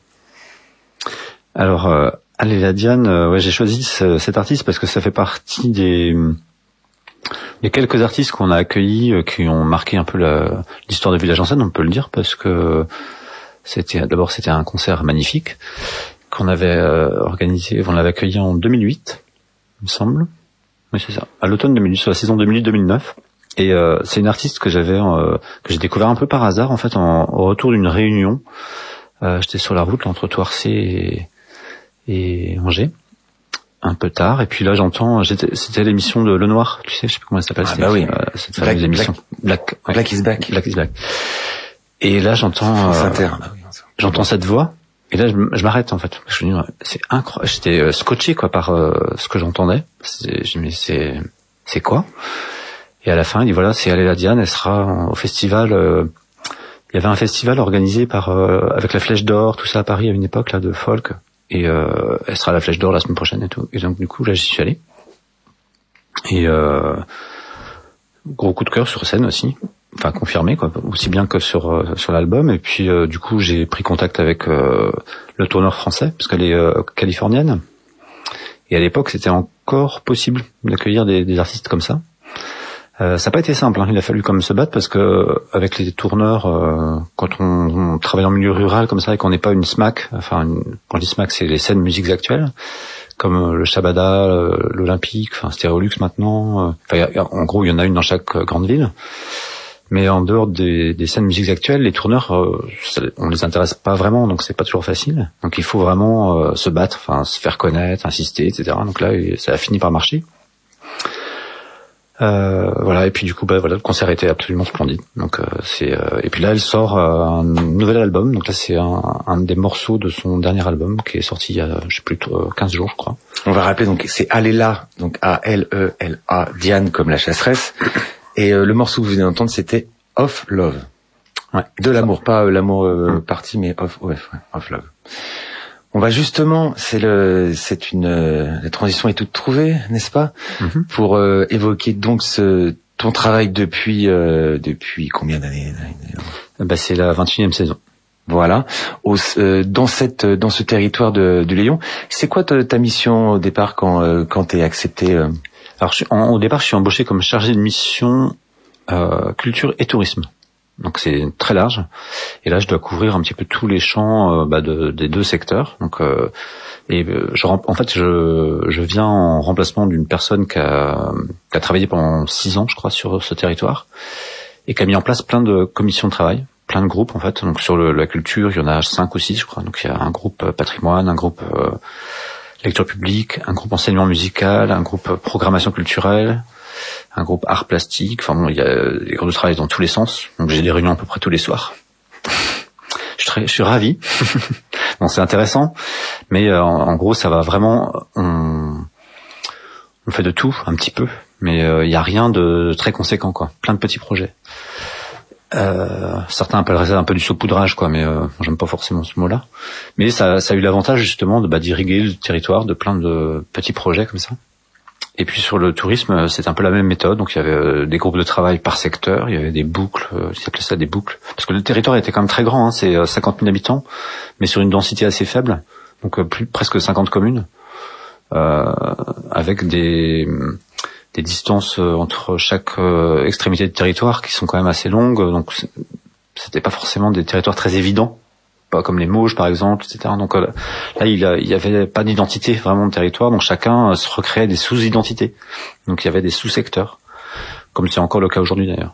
Alors, Aléla Diane, j'ai choisi cet artiste parce que ça fait partie des quelques artistes qu'on a accueillis qui ont marqué un peu l'histoire de Village en Scène, on peut le dire, parce que c'était un concert magnifique qu'on avait organisé, on l'avait accueilli en 2008, il me semble. Oui, c'est ça. À l'automne 2008, sur la saison 2008-2009. Et c'est une artiste que j'ai découvert un peu par hasard, en fait, au retour d'une réunion. J'étais sur la route entre Toircé et Angers, un peu tard, et puis là c'était l'émission de Le Noir, tu sais, je sais plus comment elle s'appelle. Ah bah oui, cette fameuse émission. Black is Back. Black is Back. Et là j'entends cette voix, et là je m'arrête en fait. Je me dis, c'est incroyable. J'étais scotché quoi par ce que j'entendais. Je me dis c'est quoi? Et à la fin il dit voilà, c'est Aléla Diane, elle sera au festival. Il y avait un festival organisé avec la Flèche d'Or, tout ça à Paris à une époque là de folk. Et elle sera à la Flèche d'Or la semaine prochaine et tout. Et donc du coup là j'y suis allé. Et gros coup de cœur sur scène aussi, enfin confirmé quoi, aussi bien que sur l'album. Et puis du coup j'ai pris contact avec le tourneur français parce qu'elle est californienne. Et à l'époque c'était encore possible d'accueillir des artistes comme ça. Ça n'a pas été simple, hein. Il a fallu quand même se battre parce que avec les tourneurs, quand on travaille en milieu rural comme ça et qu'on n'est pas une SMAC, enfin quand je dis SMAC c'est les scènes musiques actuelles, comme le Shabada, l'Olympique, enfin Stéréolux maintenant. En gros il y en a une dans chaque grande ville. Mais en dehors des scènes musiques actuelles, les tourneurs, on les intéresse pas vraiment, donc c'est pas toujours facile. Donc il faut vraiment se battre, enfin se faire connaître, insister, etc. Donc là ça a fini par marcher. Voilà, et puis du coup le concert était absolument splendide. Donc et puis là elle sort un nouvel album. Donc là c'est un des morceaux de son dernier album qui est sorti il y a 15 jours je crois. On va rappeler donc c'est Aléla, donc A-L-E-L-A, Diane comme la chasseresse. Et le morceau que vous venez d'entendre c'était Of Love. Ouais, de l'amour, pas l'amour parti, mais of love. On va justement, la transition est toute trouvée, n'est-ce pas, pour évoquer donc ton travail depuis combien d'années? C'est la 21e saison. Voilà, dans ce territoire du Léon. C'est quoi ta mission au départ quand t'es accepté? Alors au départ, je suis embauché comme chargé de mission culture et tourisme. Donc c'est très large. Et là, je dois couvrir un petit peu tous les champs des deux secteurs. Donc je viens en remplacement d'une personne qui a travaillé pendant 6 ans, je crois, sur ce territoire et qui a mis en place plein de commissions de travail, plein de groupes en fait. Donc sur la culture, il y en a 5 ou 6, je crois. Donc il y a un groupe patrimoine, un groupe lecture publique, un groupe enseignement musical, un groupe programmation culturelle, un groupe art plastique. Enfin bon, il y a des groupes de travail dans tous les sens. Donc j'ai des réunions à peu près tous les soirs. Je suis ravi. Bon, c'est intéressant, mais en gros, ça va vraiment. On fait de tout un petit peu, mais il y a rien de très conséquent, quoi. Plein de petits projets. Certains appelleraient ça un peu du saupoudrage, quoi, mais j'aime pas forcément ce mot-là. Mais ça a eu l'avantage justement d'irriguer le territoire de plein de petits projets comme ça. Et puis sur le tourisme, c'est un peu la même méthode. Donc il y avait des groupes de travail par secteur, il y avait des boucles, ils appelaient ça des boucles, parce que le territoire était quand même très grand, hein, c'est 50 000 habitants, mais sur une densité assez faible, donc presque 50 communes, avec des distances entre chaque extrémité de territoire qui sont quand même assez longues. Donc c'était pas forcément des territoires très évidents, pas comme les Mauges par exemple, etc. Donc là, il y avait pas d'identité vraiment de territoire, donc chacun se recréait des sous-identités. Donc il y avait des sous-secteurs, comme c'est encore le cas aujourd'hui d'ailleurs.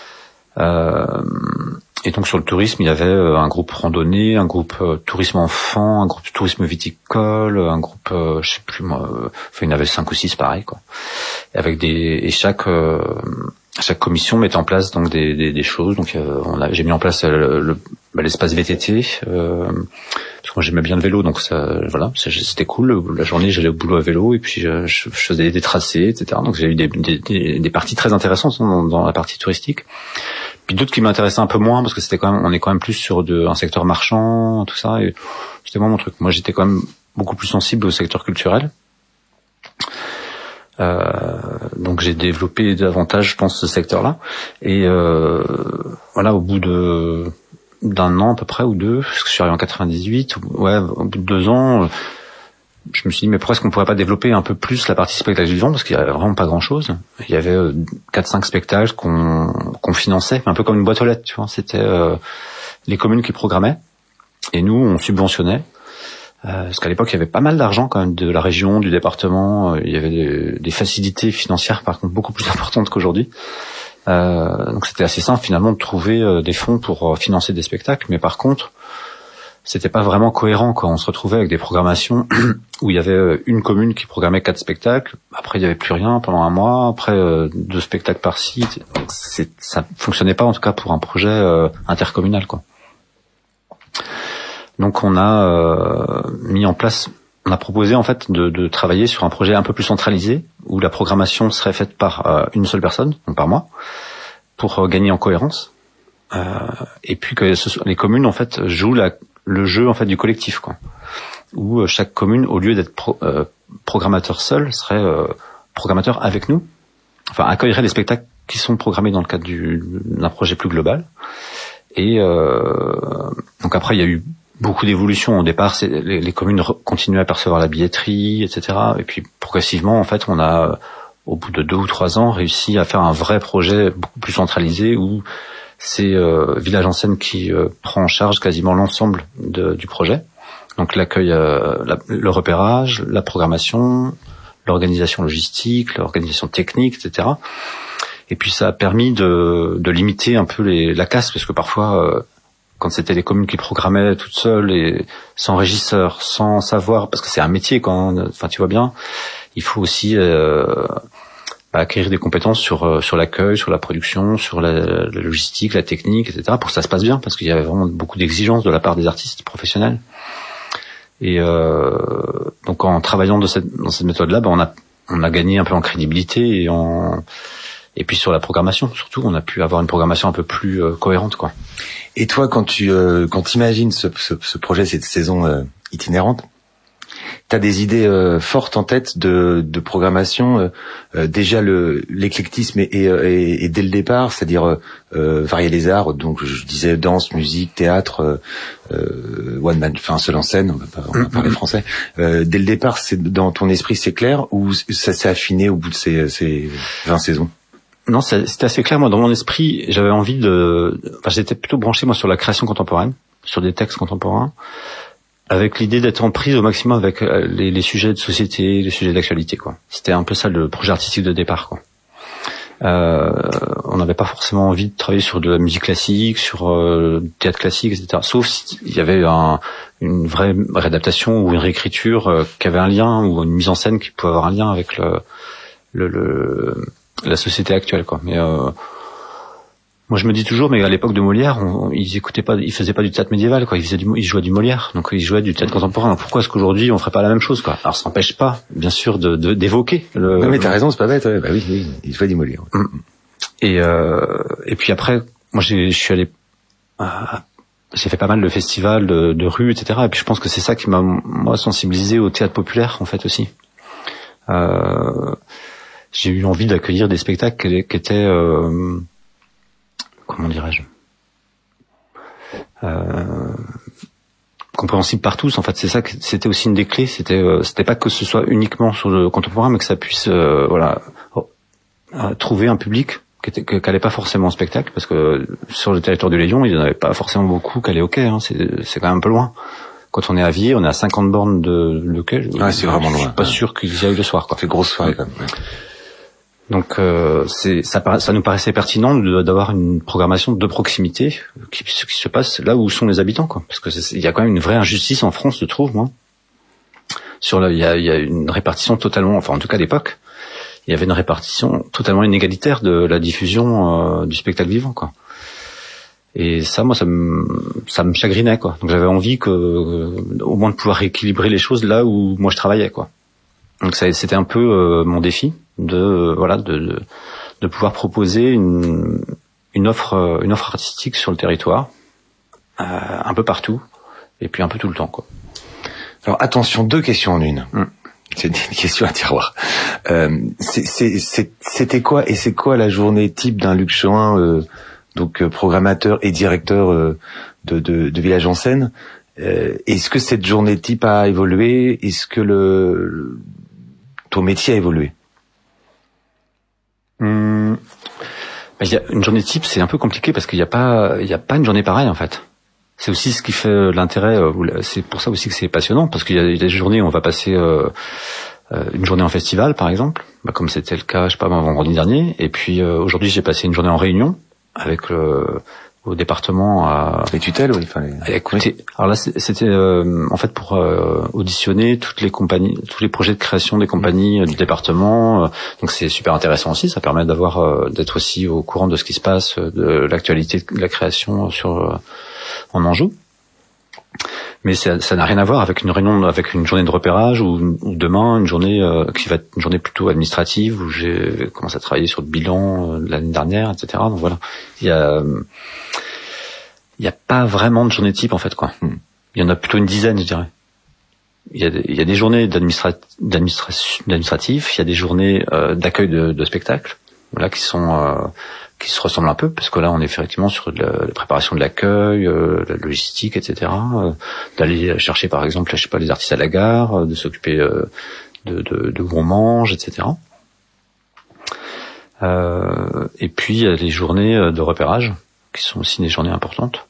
Et donc sur le tourisme, il y avait un groupe randonnée, un groupe tourisme enfant, un groupe tourisme viticole, un groupe, je sais plus moi, il y en avait 5 ou 6 pareil, quoi. Et chaque commission mettait en place donc des choses. Donc j'ai mis en place l'espace VTT, parce que moi j'aimais bien le vélo, donc c'était cool. La journée j'allais au boulot à vélo et puis je faisais des tracés, etc. Donc j'ai eu des parties très intéressantes dans la partie touristique. Puis d'autres qui m'intéressaient un peu moins parce que on est quand même plus sur un secteur marchand, tout ça, et c'était moins mon truc. Moi j'étais quand même beaucoup plus sensible au secteur culturel. Donc j'ai développé davantage, je pense, ce secteur-là. Et au bout d'un an à peu près ou 2, parce que je suis arrivé en 98, au bout de 2 ans, je me suis dit mais pourquoi est-ce qu'on pourrait pas développer un peu plus la partie spectacle vivant, parce qu'il y avait vraiment pas grand-chose. Il y avait 4-5 spectacles qu'on finançait, un peu comme une boîte aux lettres, tu vois. C'était les communes qui programmaient et nous on subventionnait. Parce qu'à l'époque, il y avait pas mal d'argent quand même de la région, du département. Il y avait des facilités financières, par contre, beaucoup plus importantes qu'aujourd'hui. Donc c'était assez simple finalement de trouver des fonds pour financer des spectacles. Mais par contre, c'était pas vraiment cohérent, quoi. On se retrouvait avec des programmations où il y avait une commune qui programmait 4 spectacles. Après, il y avait plus rien pendant un mois. Après, 2 spectacles par-ci. Donc ça fonctionnait pas, en tout cas, pour un projet intercommunal, quoi. Donc on a mis en place, on a proposé en fait de travailler sur un projet un peu plus centralisé où la programmation serait faite par une seule personne, donc par moi, pour gagner en cohérence. Et puis que les communes en fait jouent le jeu en fait du collectif, quoi. Où chaque commune, au lieu d'être programmateur seul, serait programmateur avec nous. Enfin, accueillerait les spectacles qui sont programmés dans le cadre d'un projet plus global. Et donc après, il y a eu beaucoup d'évolutions. Au départ, les communes continuaient à percevoir la billetterie, etc. Et puis progressivement, en fait, on a, au bout de 2 ou 3 ans, réussi à faire un vrai projet beaucoup plus centralisé où c'est Village en Scène qui prend en charge quasiment l'ensemble du projet. Donc l'accueil, le repérage, la programmation, l'organisation logistique, l'organisation technique, etc. Et puis ça a permis de limiter un peu la casse, parce que parfois, quand c'était les communes qui programmaient toutes seules et sans régisseur, sans savoir, parce que c'est un métier quand, enfin tu vois bien, il faut aussi acquérir des compétences sur l'accueil, sur la production, sur la logistique, la technique, etc. pour que ça se passe bien, parce qu'il y avait vraiment beaucoup d'exigences de la part des artistes professionnels. Et donc en travaillant dans cette méthode-là, on a gagné un peu en crédibilité et puis sur la programmation, surtout, on a pu avoir une programmation un peu plus cohérente, quoi. Et toi, quand t'imagines ce projet, cette saison itinérante, t'as des idées fortes en tête de programmation, déjà l'éclectisme et dès le départ, c'est-à-dire varier les arts, donc je disais danse, musique, théâtre, one man, enfin seul en scène, on va parler français. Dès le départ, c'est dans ton esprit, c'est clair, ou ça s'est affiné au bout de ces 20 saisons? Non, c'était assez clair. Moi, dans mon esprit, j'avais envie j'étais plutôt branché moi sur la création contemporaine, sur des textes contemporains, avec l'idée d'être en prise au maximum avec les sujets de société, les sujets d'actualité, quoi. C'était un peu ça le projet artistique de départ, quoi. On n'avait pas forcément envie de travailler sur de la musique classique, sur du théâtre classique, etc. Sauf s'il y avait une vraie réadaptation ou une réécriture qui avait un lien, ou une mise en scène qui pouvait avoir un lien avec la société actuelle, quoi. Mais moi je me dis toujours, mais à l'époque de Molière, ils faisaient pas du théâtre médiéval, quoi. Ils jouaient du Molière, donc ils jouaient du théâtre contemporain. Alors pourquoi est-ce qu'aujourd'hui on ferait pas la même chose, quoi? Alors ça n'empêche pas, bien sûr, d'évoquer le. Non mais t'as raison, c'est pas bête. Ouais. Bah oui, ils jouaient du Molière. Et puis après, moi je suis allé, j'ai fait pas mal de festivals de rue, etc. Et puis je pense que c'est ça qui m'a moi sensibilisé au théâtre populaire, en fait, aussi. J'ai eu envie d'accueillir des spectacles qui étaient comment dirais-je, compréhensible par tous. En fait, c'est ça que c'était aussi une des clés. C'était pas que ce soit uniquement sur le contemporain, mais que ça puisse trouver un public qui allait pas forcément au spectacle, parce que sur le territoire du Léon, il n'y en avait pas forcément beaucoup qui allaient au quai. Hein. C'est quand même un peu loin. Quand on est à Vier, on est à 50 bornes de quai. Ouais, c'est vraiment loin. Je suis pas sûr qu'ils y aillent le soir, quoi. C'est grosse soirée quand même. Ouais. Donc ça nous paraissait pertinent d'avoir une programmation de proximité qui se passe là où sont les habitants, quoi. Parce que il y a quand même une vraie injustice en France, je trouve, moi. Il y a une répartition totalement, enfin en tout cas à l'époque, il y avait une répartition totalement inégalitaire de la diffusion du spectacle vivant, quoi. Et ça, moi, ça me chagrinait, quoi. Donc j'avais envie au moins de pouvoir rééquilibrer les choses là où moi je travaillais, quoi. Donc c'était un peu mon défi de pouvoir proposer une offre artistique sur le territoire, un peu partout, et puis un peu tout le temps, quoi. Alors attention, 2 questions en une. C'est une question à tiroir. C'était quoi et c'est quoi la journée type d'un Luc Choin, donc programmateur et directeur de Village en Scène? Est-ce que cette journée type a évolué? Est-ce que ton métier a évolué? Il y a une journée type, c'est un peu compliqué parce qu'il y a pas une journée pareille, en fait. C'est aussi ce qui fait l'intérêt. C'est pour ça aussi que c'est passionnant, parce qu'il y a des journées où on va passer une journée en festival, par exemple, comme c'était le cas, je sais pas, vendredi dernier. Et puis aujourd'hui, j'ai passé une journée en réunion avec au département à les tutelles, oui. Écoutez, oui. Alors là, c'était en fait pour auditionner toutes les compagnies, tous les projets de création des compagnies du département. Donc c'est super intéressant aussi. Ça permet d'être aussi au courant de ce qui se passe, de l'actualité de la création en Anjou. Mais ça n'a rien à voir avec une réunion, avec une journée de repérage ou demain une journée qui va être une journée plutôt administrative où j'ai commencé à travailler sur le bilan de l'année dernière, etc. Donc voilà, il y a pas vraiment de journée type, en fait, quoi. Il y en a plutôt une dizaine, je dirais. Il y a des journées d'administratif, il y a des journées d'accueil de spectacles, voilà, qui se ressemblent un peu, parce que là on est effectivement sur la préparation de l'accueil, la logistique, etc. D'aller chercher par exemple, je sais pas, les artistes à la gare, de s'occuper de où on mange, etc. Et puis il y a les journées de repérage, qui sont aussi des journées importantes,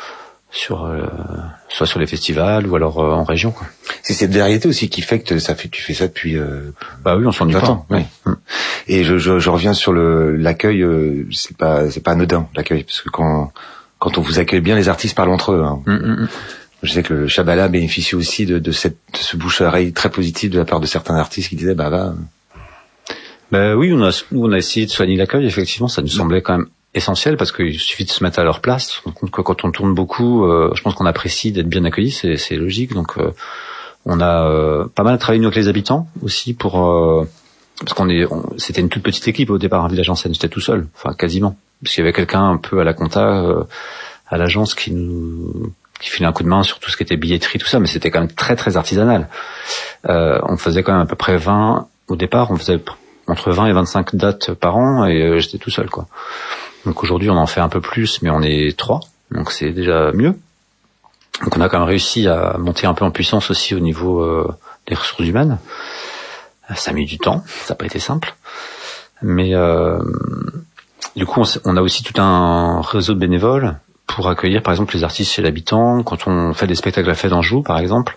soit sur les festivals ou alors en région, quoi. C'est cette variété aussi qui fait que tu fais ça depuis bah oui, on s'ennuie pas. Oui. Et je reviens sur l'accueil, c'est pas anodin, l'accueil, parce que quand on vous accueille bien, les artistes parlent entre eux, hein. Je sais que le Chabala bénéficie aussi de ce bouche-à-oreille très positif de la part de certains artistes qui disaient oui, on a essayé de soigner l'accueil, effectivement, ça nous semblait quand même essentiel, parce qu'il suffit de se mettre à leur place. On compte que quand on tourne beaucoup, je pense qu'on apprécie d'être bien accueillis, c'est logique. Donc on a pas mal travaillé nous avec les habitants aussi parce c'était une toute petite équipe au départ, un Village en Scène, j'étais tout seul, enfin quasiment, parce qu'il y avait quelqu'un un peu à la compta, à l'agence qui filait un coup de main sur tout ce qui était billetterie, tout ça, mais c'était quand même très très artisanal. On faisait quand même à peu près 20 au départ, on faisait entre 20 et 25 dates par an, et j'étais tout seul, quoi. Donc aujourd'hui on en fait un peu plus, mais on est 3, donc c'est déjà mieux. Donc on a quand même réussi à monter un peu en puissance aussi au niveau des ressources humaines. Ça a mis du temps, ça n'a pas été simple. Mais du coup, on a aussi tout un réseau de bénévoles pour accueillir, par exemple, les artistes chez l'habitant. Quand on fait des spectacles à la Fête d'Anjou, par exemple,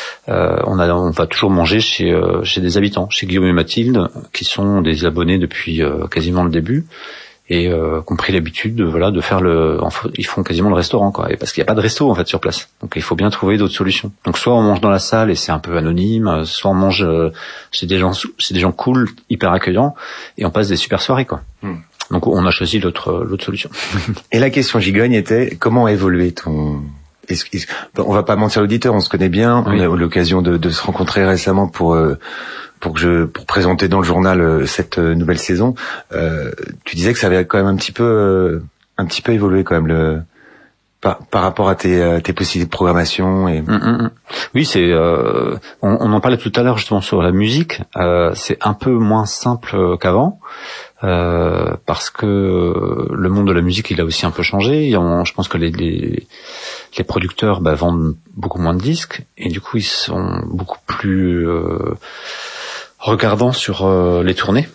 on va toujours manger chez des habitants, chez Guillaume et Mathilde, qui sont des abonnés depuis quasiment le début, et qui ont pris l'habitude de faire ils font quasiment le restaurant, quoi. Et parce qu'il n'y a pas de resto, en fait, sur place. Donc il faut bien trouver d'autres solutions. Donc soit on mange dans la salle et c'est un peu anonyme, soit on mange chez des gens cool, hyper accueillants, et on passe des super soirées, quoi. Donc on a choisi l'autre solution. Et la question gigogne était, comment a évolué ton... on va pas mentir l'auditeur, on se connaît bien, Oui. On a eu l'occasion de se rencontrer récemment pour présenter dans le journal cette nouvelle saison. Tu disais que ça avait quand même un petit peu évolué quand même par rapport à tes possibilités de programmation et... Oui, c'est on en parlait tout à l'heure justement sur la musique. C'est un peu moins simple qu'avant. Parce que le monde de la musique il a aussi un peu changé. Je pense que les producteurs vendent beaucoup moins de disques et du coup ils sont beaucoup plus regardants sur les tournées.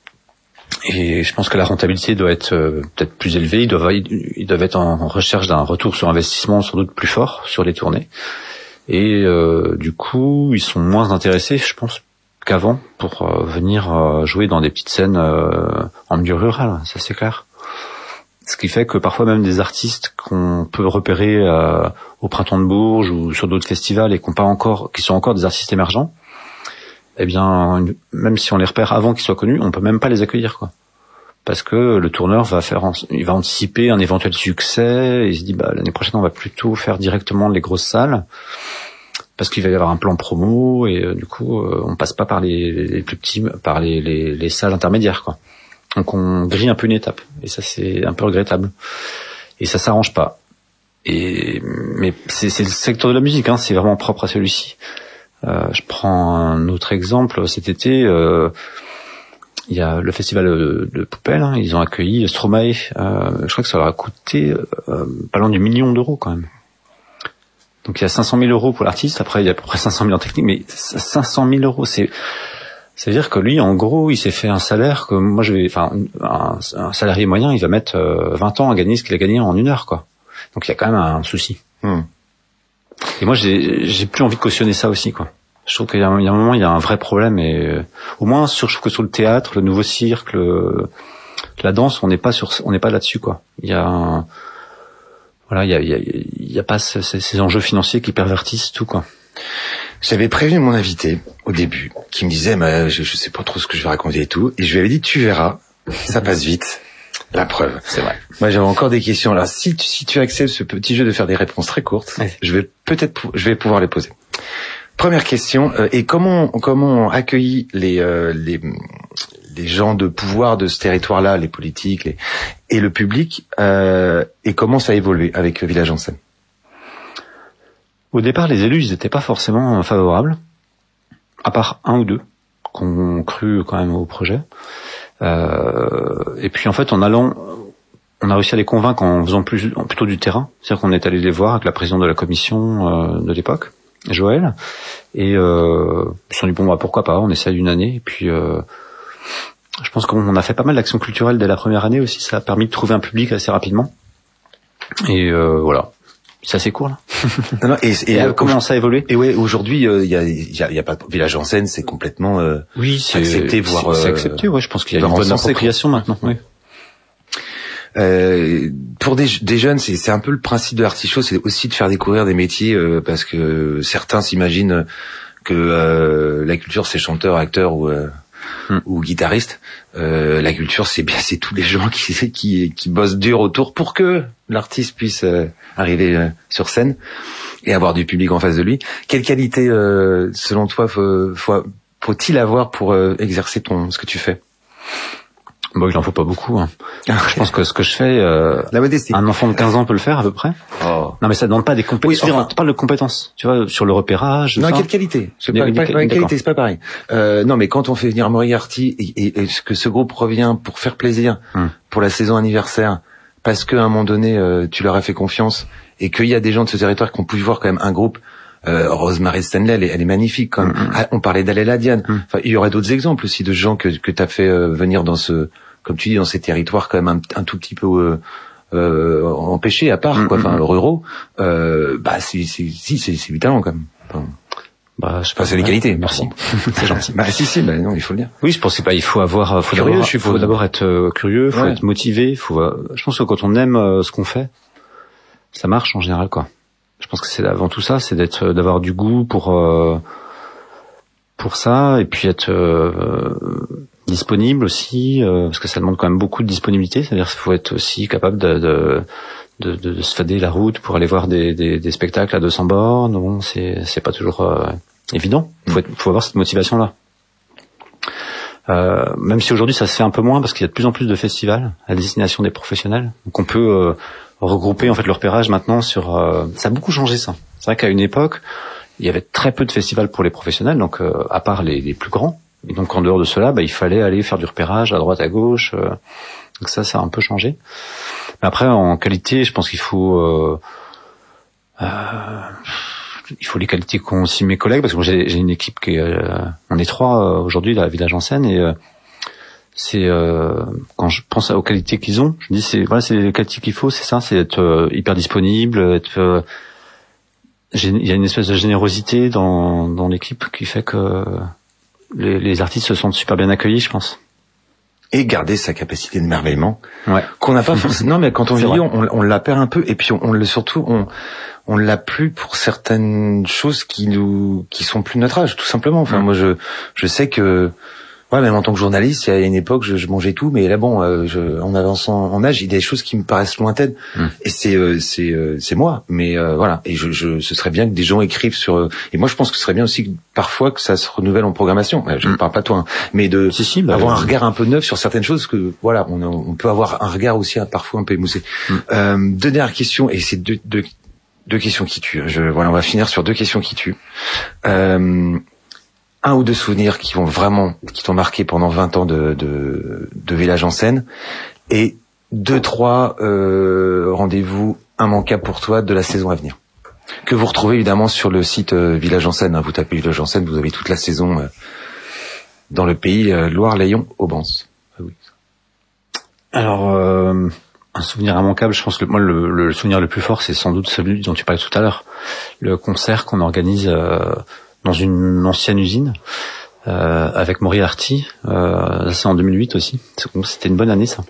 Et je pense que la rentabilité doit être peut-être plus élevée. Ils doivent être en recherche d'un retour sur investissement sans doute plus fort sur les tournées. Et du coup ils sont moins intéressés, je pense, qu'avant pour venir jouer dans des petites scènes en milieu rural, ça c'est clair. Ce qui fait que parfois même des artistes qu'on peut repérer au Printemps de Bourges ou sur d'autres festivals et qui sont encore des artistes émergents, eh bien même si on les repère avant qu'ils soient connus, on peut même pas les accueillir, quoi. Parce que le tourneur il va anticiper un éventuel succès et il se dit l'année prochaine on va plutôt faire directement les grosses salles. Parce qu'il va y avoir un plan promo et du coup on passe pas par les plus petits, par les salles intermédiaires, quoi. Donc on grille un peu une étape et ça c'est un peu regrettable et ça s'arrange pas. Mais c'est le secteur de la musique, hein, c'est vraiment propre à celui-ci. Je prends un autre exemple. Cet été, il y a le festival de Poupelle, hein, ils ont accueilli Stromae. Je crois que ça leur a coûté pas loin du 1 million d'euros quand même. Donc il y a 500 000 euros pour l'artiste, après il y a à peu près 500 000 en technique, mais 500 000 euros, ça veut dire que lui, en gros, il s'est fait un salaire que moi un salarié moyen, il va mettre 20 ans à gagner ce qu'il a gagné en 1 heure, quoi. Donc il y a quand même un souci. Et moi, j'ai plus envie de cautionner ça aussi, quoi. Je trouve qu'il y a un moment, il y a un vrai problème et au moins je trouve que sur le théâtre, le nouveau cirque, la danse, on n'est pas là-dessus, quoi. Il y a il y a pas ces enjeux financiers qui pervertissent tout, quoi. J'avais prévenu mon invité au début, qui me disait je sais pas trop ce que je vais raconter et tout, et je lui avais dit tu verras, ça passe vite. La preuve, c'est vrai. Moi j'avais encore des questions. Alors si tu acceptes ce petit jeu de faire des réponses très courtes, ouais. je vais pouvoir les poser. Première question, et comment accueillir les gens de pouvoir de ce territoire-là, les politiques et le public, et comment ça a évolué avec Village en Scène? Au départ, les élus, ils n'étaient pas forcément favorables, à part un ou deux qui ont cru quand même au projet. Et puis en fait, on a réussi à les convaincre en faisant plutôt du terrain. C'est-à-dire qu'on est allé les voir avec la présidente de la commission de l'époque, Joël, et ils se sont dit pourquoi pas, on essaye 1 année, et puis je pense qu'on a fait pas mal d'actions culturelles dès la première année aussi, ça a permis de trouver un public assez rapidement. Et voilà. C'est assez court, là. Non, et comment ça a évolué? Et ouais, aujourd'hui, il y a pas de Village en Scène, c'est complètement, oui, c'est accepté, voire, c'est accepté, ouais, je pense qu'il y a une bonne appropriation maintenant, oui. Pour des jeunes, c'est un peu le principe de l'Artichaut, c'est aussi de faire découvrir des métiers, parce que certains s'imaginent que la culture c'est chanteur, acteur ou guitariste. La culture c'est tous les gens qui bossent dur autour pour que l'artiste puisse arriver sur scène et avoir du public en face de lui. Quelle qualité selon toi faut-il avoir pour exercer ce que tu fais? Bon, il en faut pas beaucoup, hein. Je pense que ce que je fais, la modestie. Un enfant de 15 ans peut le faire à peu près. Oh. Non, mais ça demande pas des compétences. Oui, enfin, tu parles de compétences, tu vois, sur le repérage. Non, ça. quelle qualité? Qualité, c'est pas pareil. Non, mais quand on fait venir Moriarty et que ce groupe revient pour faire plaisir pour la saison anniversaire, parce qu'à un moment donné, tu leur as fait confiance et qu'il y a des gens de ce territoire qui ont pu voir quand même un groupe Rosemary Stanley, elle est magnifique. Quand même. Ah, on parlait d'Aléla Diane. Enfin, il y aurait d'autres exemples aussi de gens que t'as fait venir dans ce, comme tu dis, dans ces territoires quand même un tout petit peu empêchés à part, quoi. Enfin, ruraux. C'est du talent quand même. Enfin, Je sais pas, c'est les qualités. Merci. C'est gentil. Non, il faut le dire. Oui, je pense que il faut avoir, Curieux, faut d'abord être curieux, faut être motivé, je pense que quand on aime ce qu'on fait, ça marche en général, quoi. Je pense que c'est avant tout ça, c'est d'avoir du goût pour ça, et puis être disponible aussi, parce que ça demande quand même beaucoup de disponibilité, c'est-à-dire qu'il faut être aussi capable de se fader la route pour aller voir des spectacles à 200 bornes. Bon, c'est pas toujours évident. Faut avoir cette motivation là. Même si aujourd'hui ça se fait un peu moins parce qu'il y a de plus en plus de festivals à destination des professionnels, donc on peut regrouper en fait le repérage maintenant sur. Ça a beaucoup changé ça. C'est vrai qu'à une époque il y avait très peu de festivals pour les professionnels, donc à part les plus grands. Et donc en dehors de cela, il fallait aller faire du repérage à droite à gauche. Donc ça a un peu changé. Mais après, en qualité, je pense qu'il faut les qualités qu'ont aussi mes collègues, parce que moi j'ai une équipe qui est, on est 3 aujourd'hui à Village en Seine, et c'est quand je pense aux qualités qu'ils ont, je me dis c'est les qualités qu'il faut, c'est ça, c'est être hyper disponible, il y a une espèce de générosité dans l'équipe qui fait que les artistes se sentent super bien accueillis, je pense. Et garder sa capacité de merveillement, qu'on n'a pas forcément. Non, mais quand on vieillit, on la perd un peu, et puis on l'a plus pour certaines choses qui sont plus de notre âge, tout simplement. Enfin, moi, je sais que, même en tant que journaliste, il y a une époque, je mangeais tout, mais là, en avançant en âge, il y a des choses qui me paraissent lointaines, et c'est moi. Mais voilà, et ce serait bien que des gens écrivent sur. Et moi, je pense que ce serait bien aussi parfois que ça se renouvelle en programmation. Je ne parle pas de toi, mais avoir un regard un peu neuf sur certaines choses, que voilà, on peut avoir un regard aussi parfois un peu émoussé. Deux dernières questions, et c'est deux questions qui tuent. On va finir sur 2 questions qui tuent. 1 ou 2 souvenirs qui t'ont marqué pendant 20 ans de Village en Seine, et 2-3 rendez-vous immanquables pour toi de la saison à venir, que vous retrouvez évidemment sur le site Village en Seine. Vous tapez Village en Seine, vous avez toute la saison dans le pays Loire-Layon-Aubense. Oui. Alors, un souvenir immanquable, je pense que moi le souvenir le plus fort, c'est sans doute celui dont tu parlais tout à l'heure, le concert qu'on organise dans une ancienne usine avec Moriarty. C'est en 2008 aussi. C'était une bonne année, ça.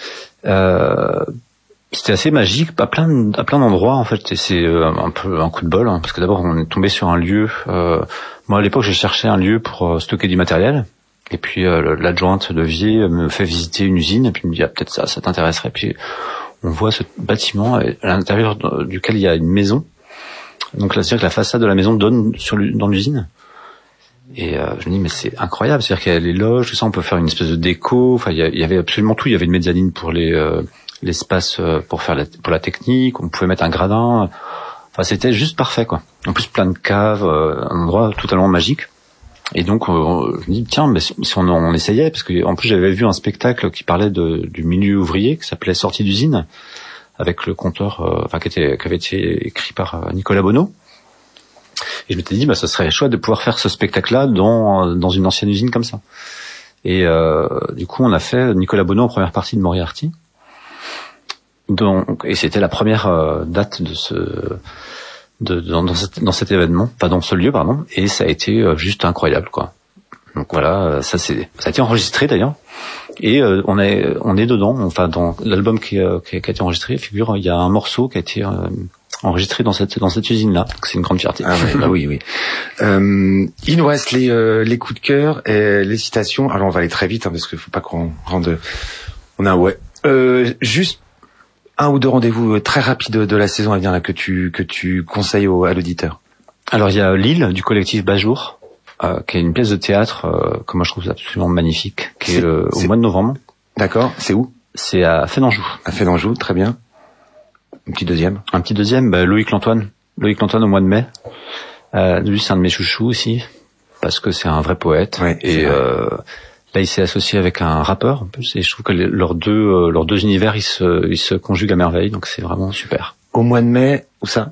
C'était assez magique à plein d'endroits, en fait. Et c'est un peu un coup de bol, parce que d'abord on est tombé sur un lieu. Moi à l'époque j'ai cherché un lieu pour stocker du matériel. Et puis l'adjointe de Vier me fait visiter une usine, et puis il me dit peut-être ça t'intéresserait. Puis on voit ce bâtiment à l'intérieur duquel il y a une maison. Donc là, c'est-à-dire que la façade de la maison donne dans l'usine. Et je me dis mais c'est incroyable, c'est-à-dire qu'il y a les loges, tout ça, on peut faire une espèce de déco. Enfin, il y avait absolument tout. Il y avait une mezzanine pour l'espace pour pour la technique. On pouvait mettre un gradin. Enfin, c'était juste parfait, quoi. En plus, plein de caves, un endroit totalement magique. Et donc, je me dis tiens, mais si on essayait, parce que en plus j'avais vu un spectacle qui parlait du milieu ouvrier, qui s'appelait Sortie d'usine, avec le conteur, qui avait été écrit par Nicolas Bonneau. Et je m'étais dit, ça serait chouette de pouvoir faire ce spectacle-là dans une ancienne usine comme ça. Et du coup, on a fait Nicolas Bonneau en première partie de Moriarty. Et c'était la première date dans cet événement, dans ce lieu, pardon. Et ça a été juste incroyable, quoi. Donc voilà, ça a été enregistré d'ailleurs. Et on est dedans. Enfin, dans l'album qui a été enregistré, il y a un morceau qui a été enregistré dans cette usine-là. Donc c'est une grande fierté. Ah ouais, oui. Il nous reste les coups de cœur et les citations. Alors on va aller très vite, parce qu'il faut pas qu'on rende. On a juste 1 ou 2 rendez-vous très rapides de la saison à venir là, que tu conseilles à l'auditeur. Alors il y a Lille du collectif Bajour, qui est une pièce de théâtre que moi je trouve absolument magnifique, qui est au mois de novembre. D'accord. C'est où? C'est à Fénanjou. À Fénanjou, très bien. Un petit deuxième, Loïc Lantoine au mois de mai. Lui, c'est un de mes chouchous aussi, parce que c'est un vrai poète. Ouais, et là, il s'est associé avec un rappeur en plus, et je trouve que leurs deux univers, ils se conjuguent à merveille, donc c'est vraiment super. Au mois de mai, où ça?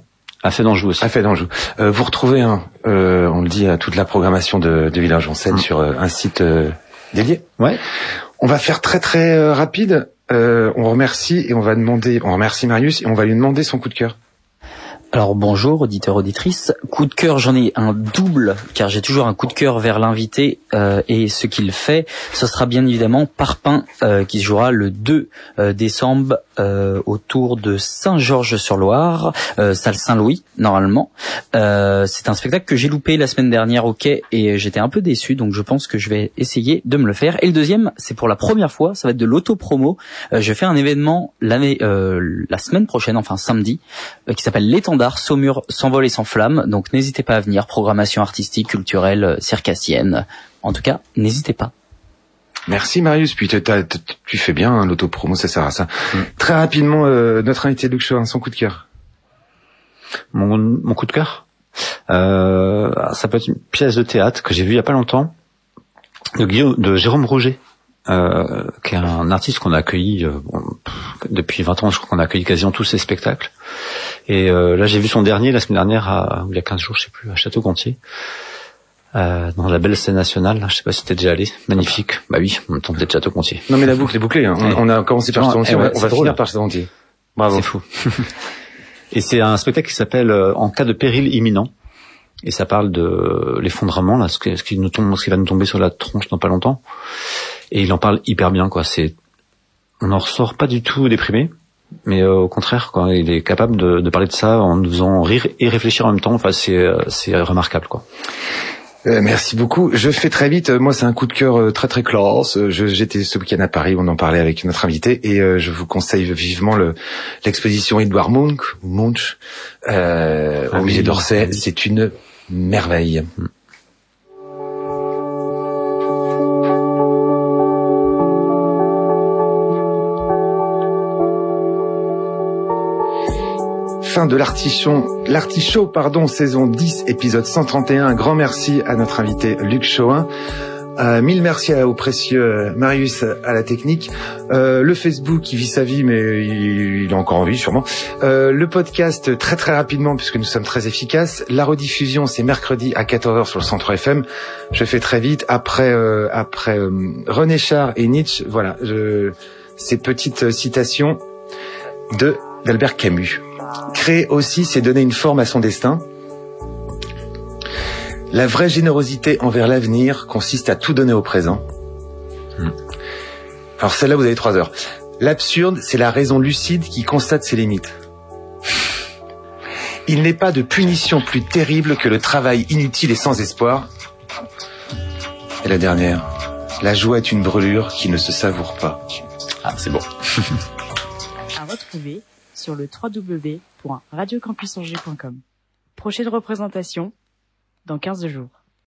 À fait d'Anjou aussi. À fait d'Anjou. Vous retrouvez, on le dit, toute la programmation de Village en Seine sur un site dédié. Ouais. On va faire très très rapide. On remercie Marius et on va lui demander son coup de cœur. Alors bonjour auditeurs, auditrices. Coup de cœur, j'en ai un double car j'ai toujours un coup de cœur vers l'invité et ce qu'il fait. Ce sera bien évidemment Parpaing qui se jouera le 2 décembre autour de Saint-Georges-sur-Loire, salle Saint-Louis normalement. C'est un spectacle que j'ai loupé la semaine dernière au Quai et j'étais un peu déçu, donc je pense que je vais essayer de me le faire. Et le deuxième, c'est pour la première fois, ça va être de l'auto-promo. Je fais un événement la semaine prochaine, enfin samedi, qui s'appelle l'Étendard Saumur sans vol et sans flamme, donc n'hésitez pas à venir, programmation artistique, culturelle, circassienne, en tout cas, n'hésitez pas. Merci Marius, puis tu fais bien l'autopromo, ça sert à ça. Très rapidement, notre invité Luc Choin, son coup de cœur. Mon coup de cœur, ça peut être une pièce de théâtre que j'ai vue il y a pas longtemps, de Jérôme Rouget. Qui est un artiste qu'on a accueilli depuis 20 ans, je crois qu'on a accueilli quasiment tous ses spectacles. Et là, j'ai vu son dernier la semaine dernière, il y a 15 jours, je sais plus, à Château-Gontier, dans la belle scène nationale. Là, je sais pas si t'es déjà allé. Magnifique. Bah oui, on tombe de Château-Gontier. Non mais la boucle est bouclée. Hein. On a commencé par Château-Gontier, on va finir par Château-Gontier. Bravo. C'est fou. Et c'est un spectacle qui s'appelle En cas de péril imminent. Et ça parle de l'effondrement, là, ce qui va nous tomber sur la tronche dans pas longtemps. Et il en parle hyper bien, quoi. On en ressort pas du tout déprimé, mais au contraire, quoi. Il est capable de parler de ça en nous faisant rire et réfléchir en même temps. Enfin, c'est remarquable, quoi. Merci beaucoup. Je fais très vite. Moi, c'est un coup de cœur très très classe. J'étais ce week-end à Paris, on en parlait avec notre invité, et je vous conseille vivement l'exposition Edouard Munch au musée d'Orsay. C'est une merveille. Fin de l'Artichaut, saison 10, épisode 131. Un grand merci à notre invité Luc Choin. Mille merci au précieux Marius à la technique. Le Facebook qui vit sa vie, mais il est encore en vie sûrement. Le podcast très très rapidement puisque nous sommes très efficaces. La rediffusion c'est mercredi à 14h sur le 103 FM. Je fais très vite après René Char et Nietzsche. Voilà, ces petites citations d'Albert Camus. Créer aussi, c'est donner une forme à son destin. La vraie générosité envers l'avenir consiste à tout donner au présent. Alors celle-là, vous avez 3 heures. L'absurde, c'est la raison lucide qui constate ses limites. Il n'est pas de punition plus terrible que le travail inutile et sans espoir. Et la dernière, la joie est une brûlure qui ne se savoure pas. Ah, c'est bon. À retrouver sur le www.radiocampusangers.com. Prochaine représentation dans 15 jours.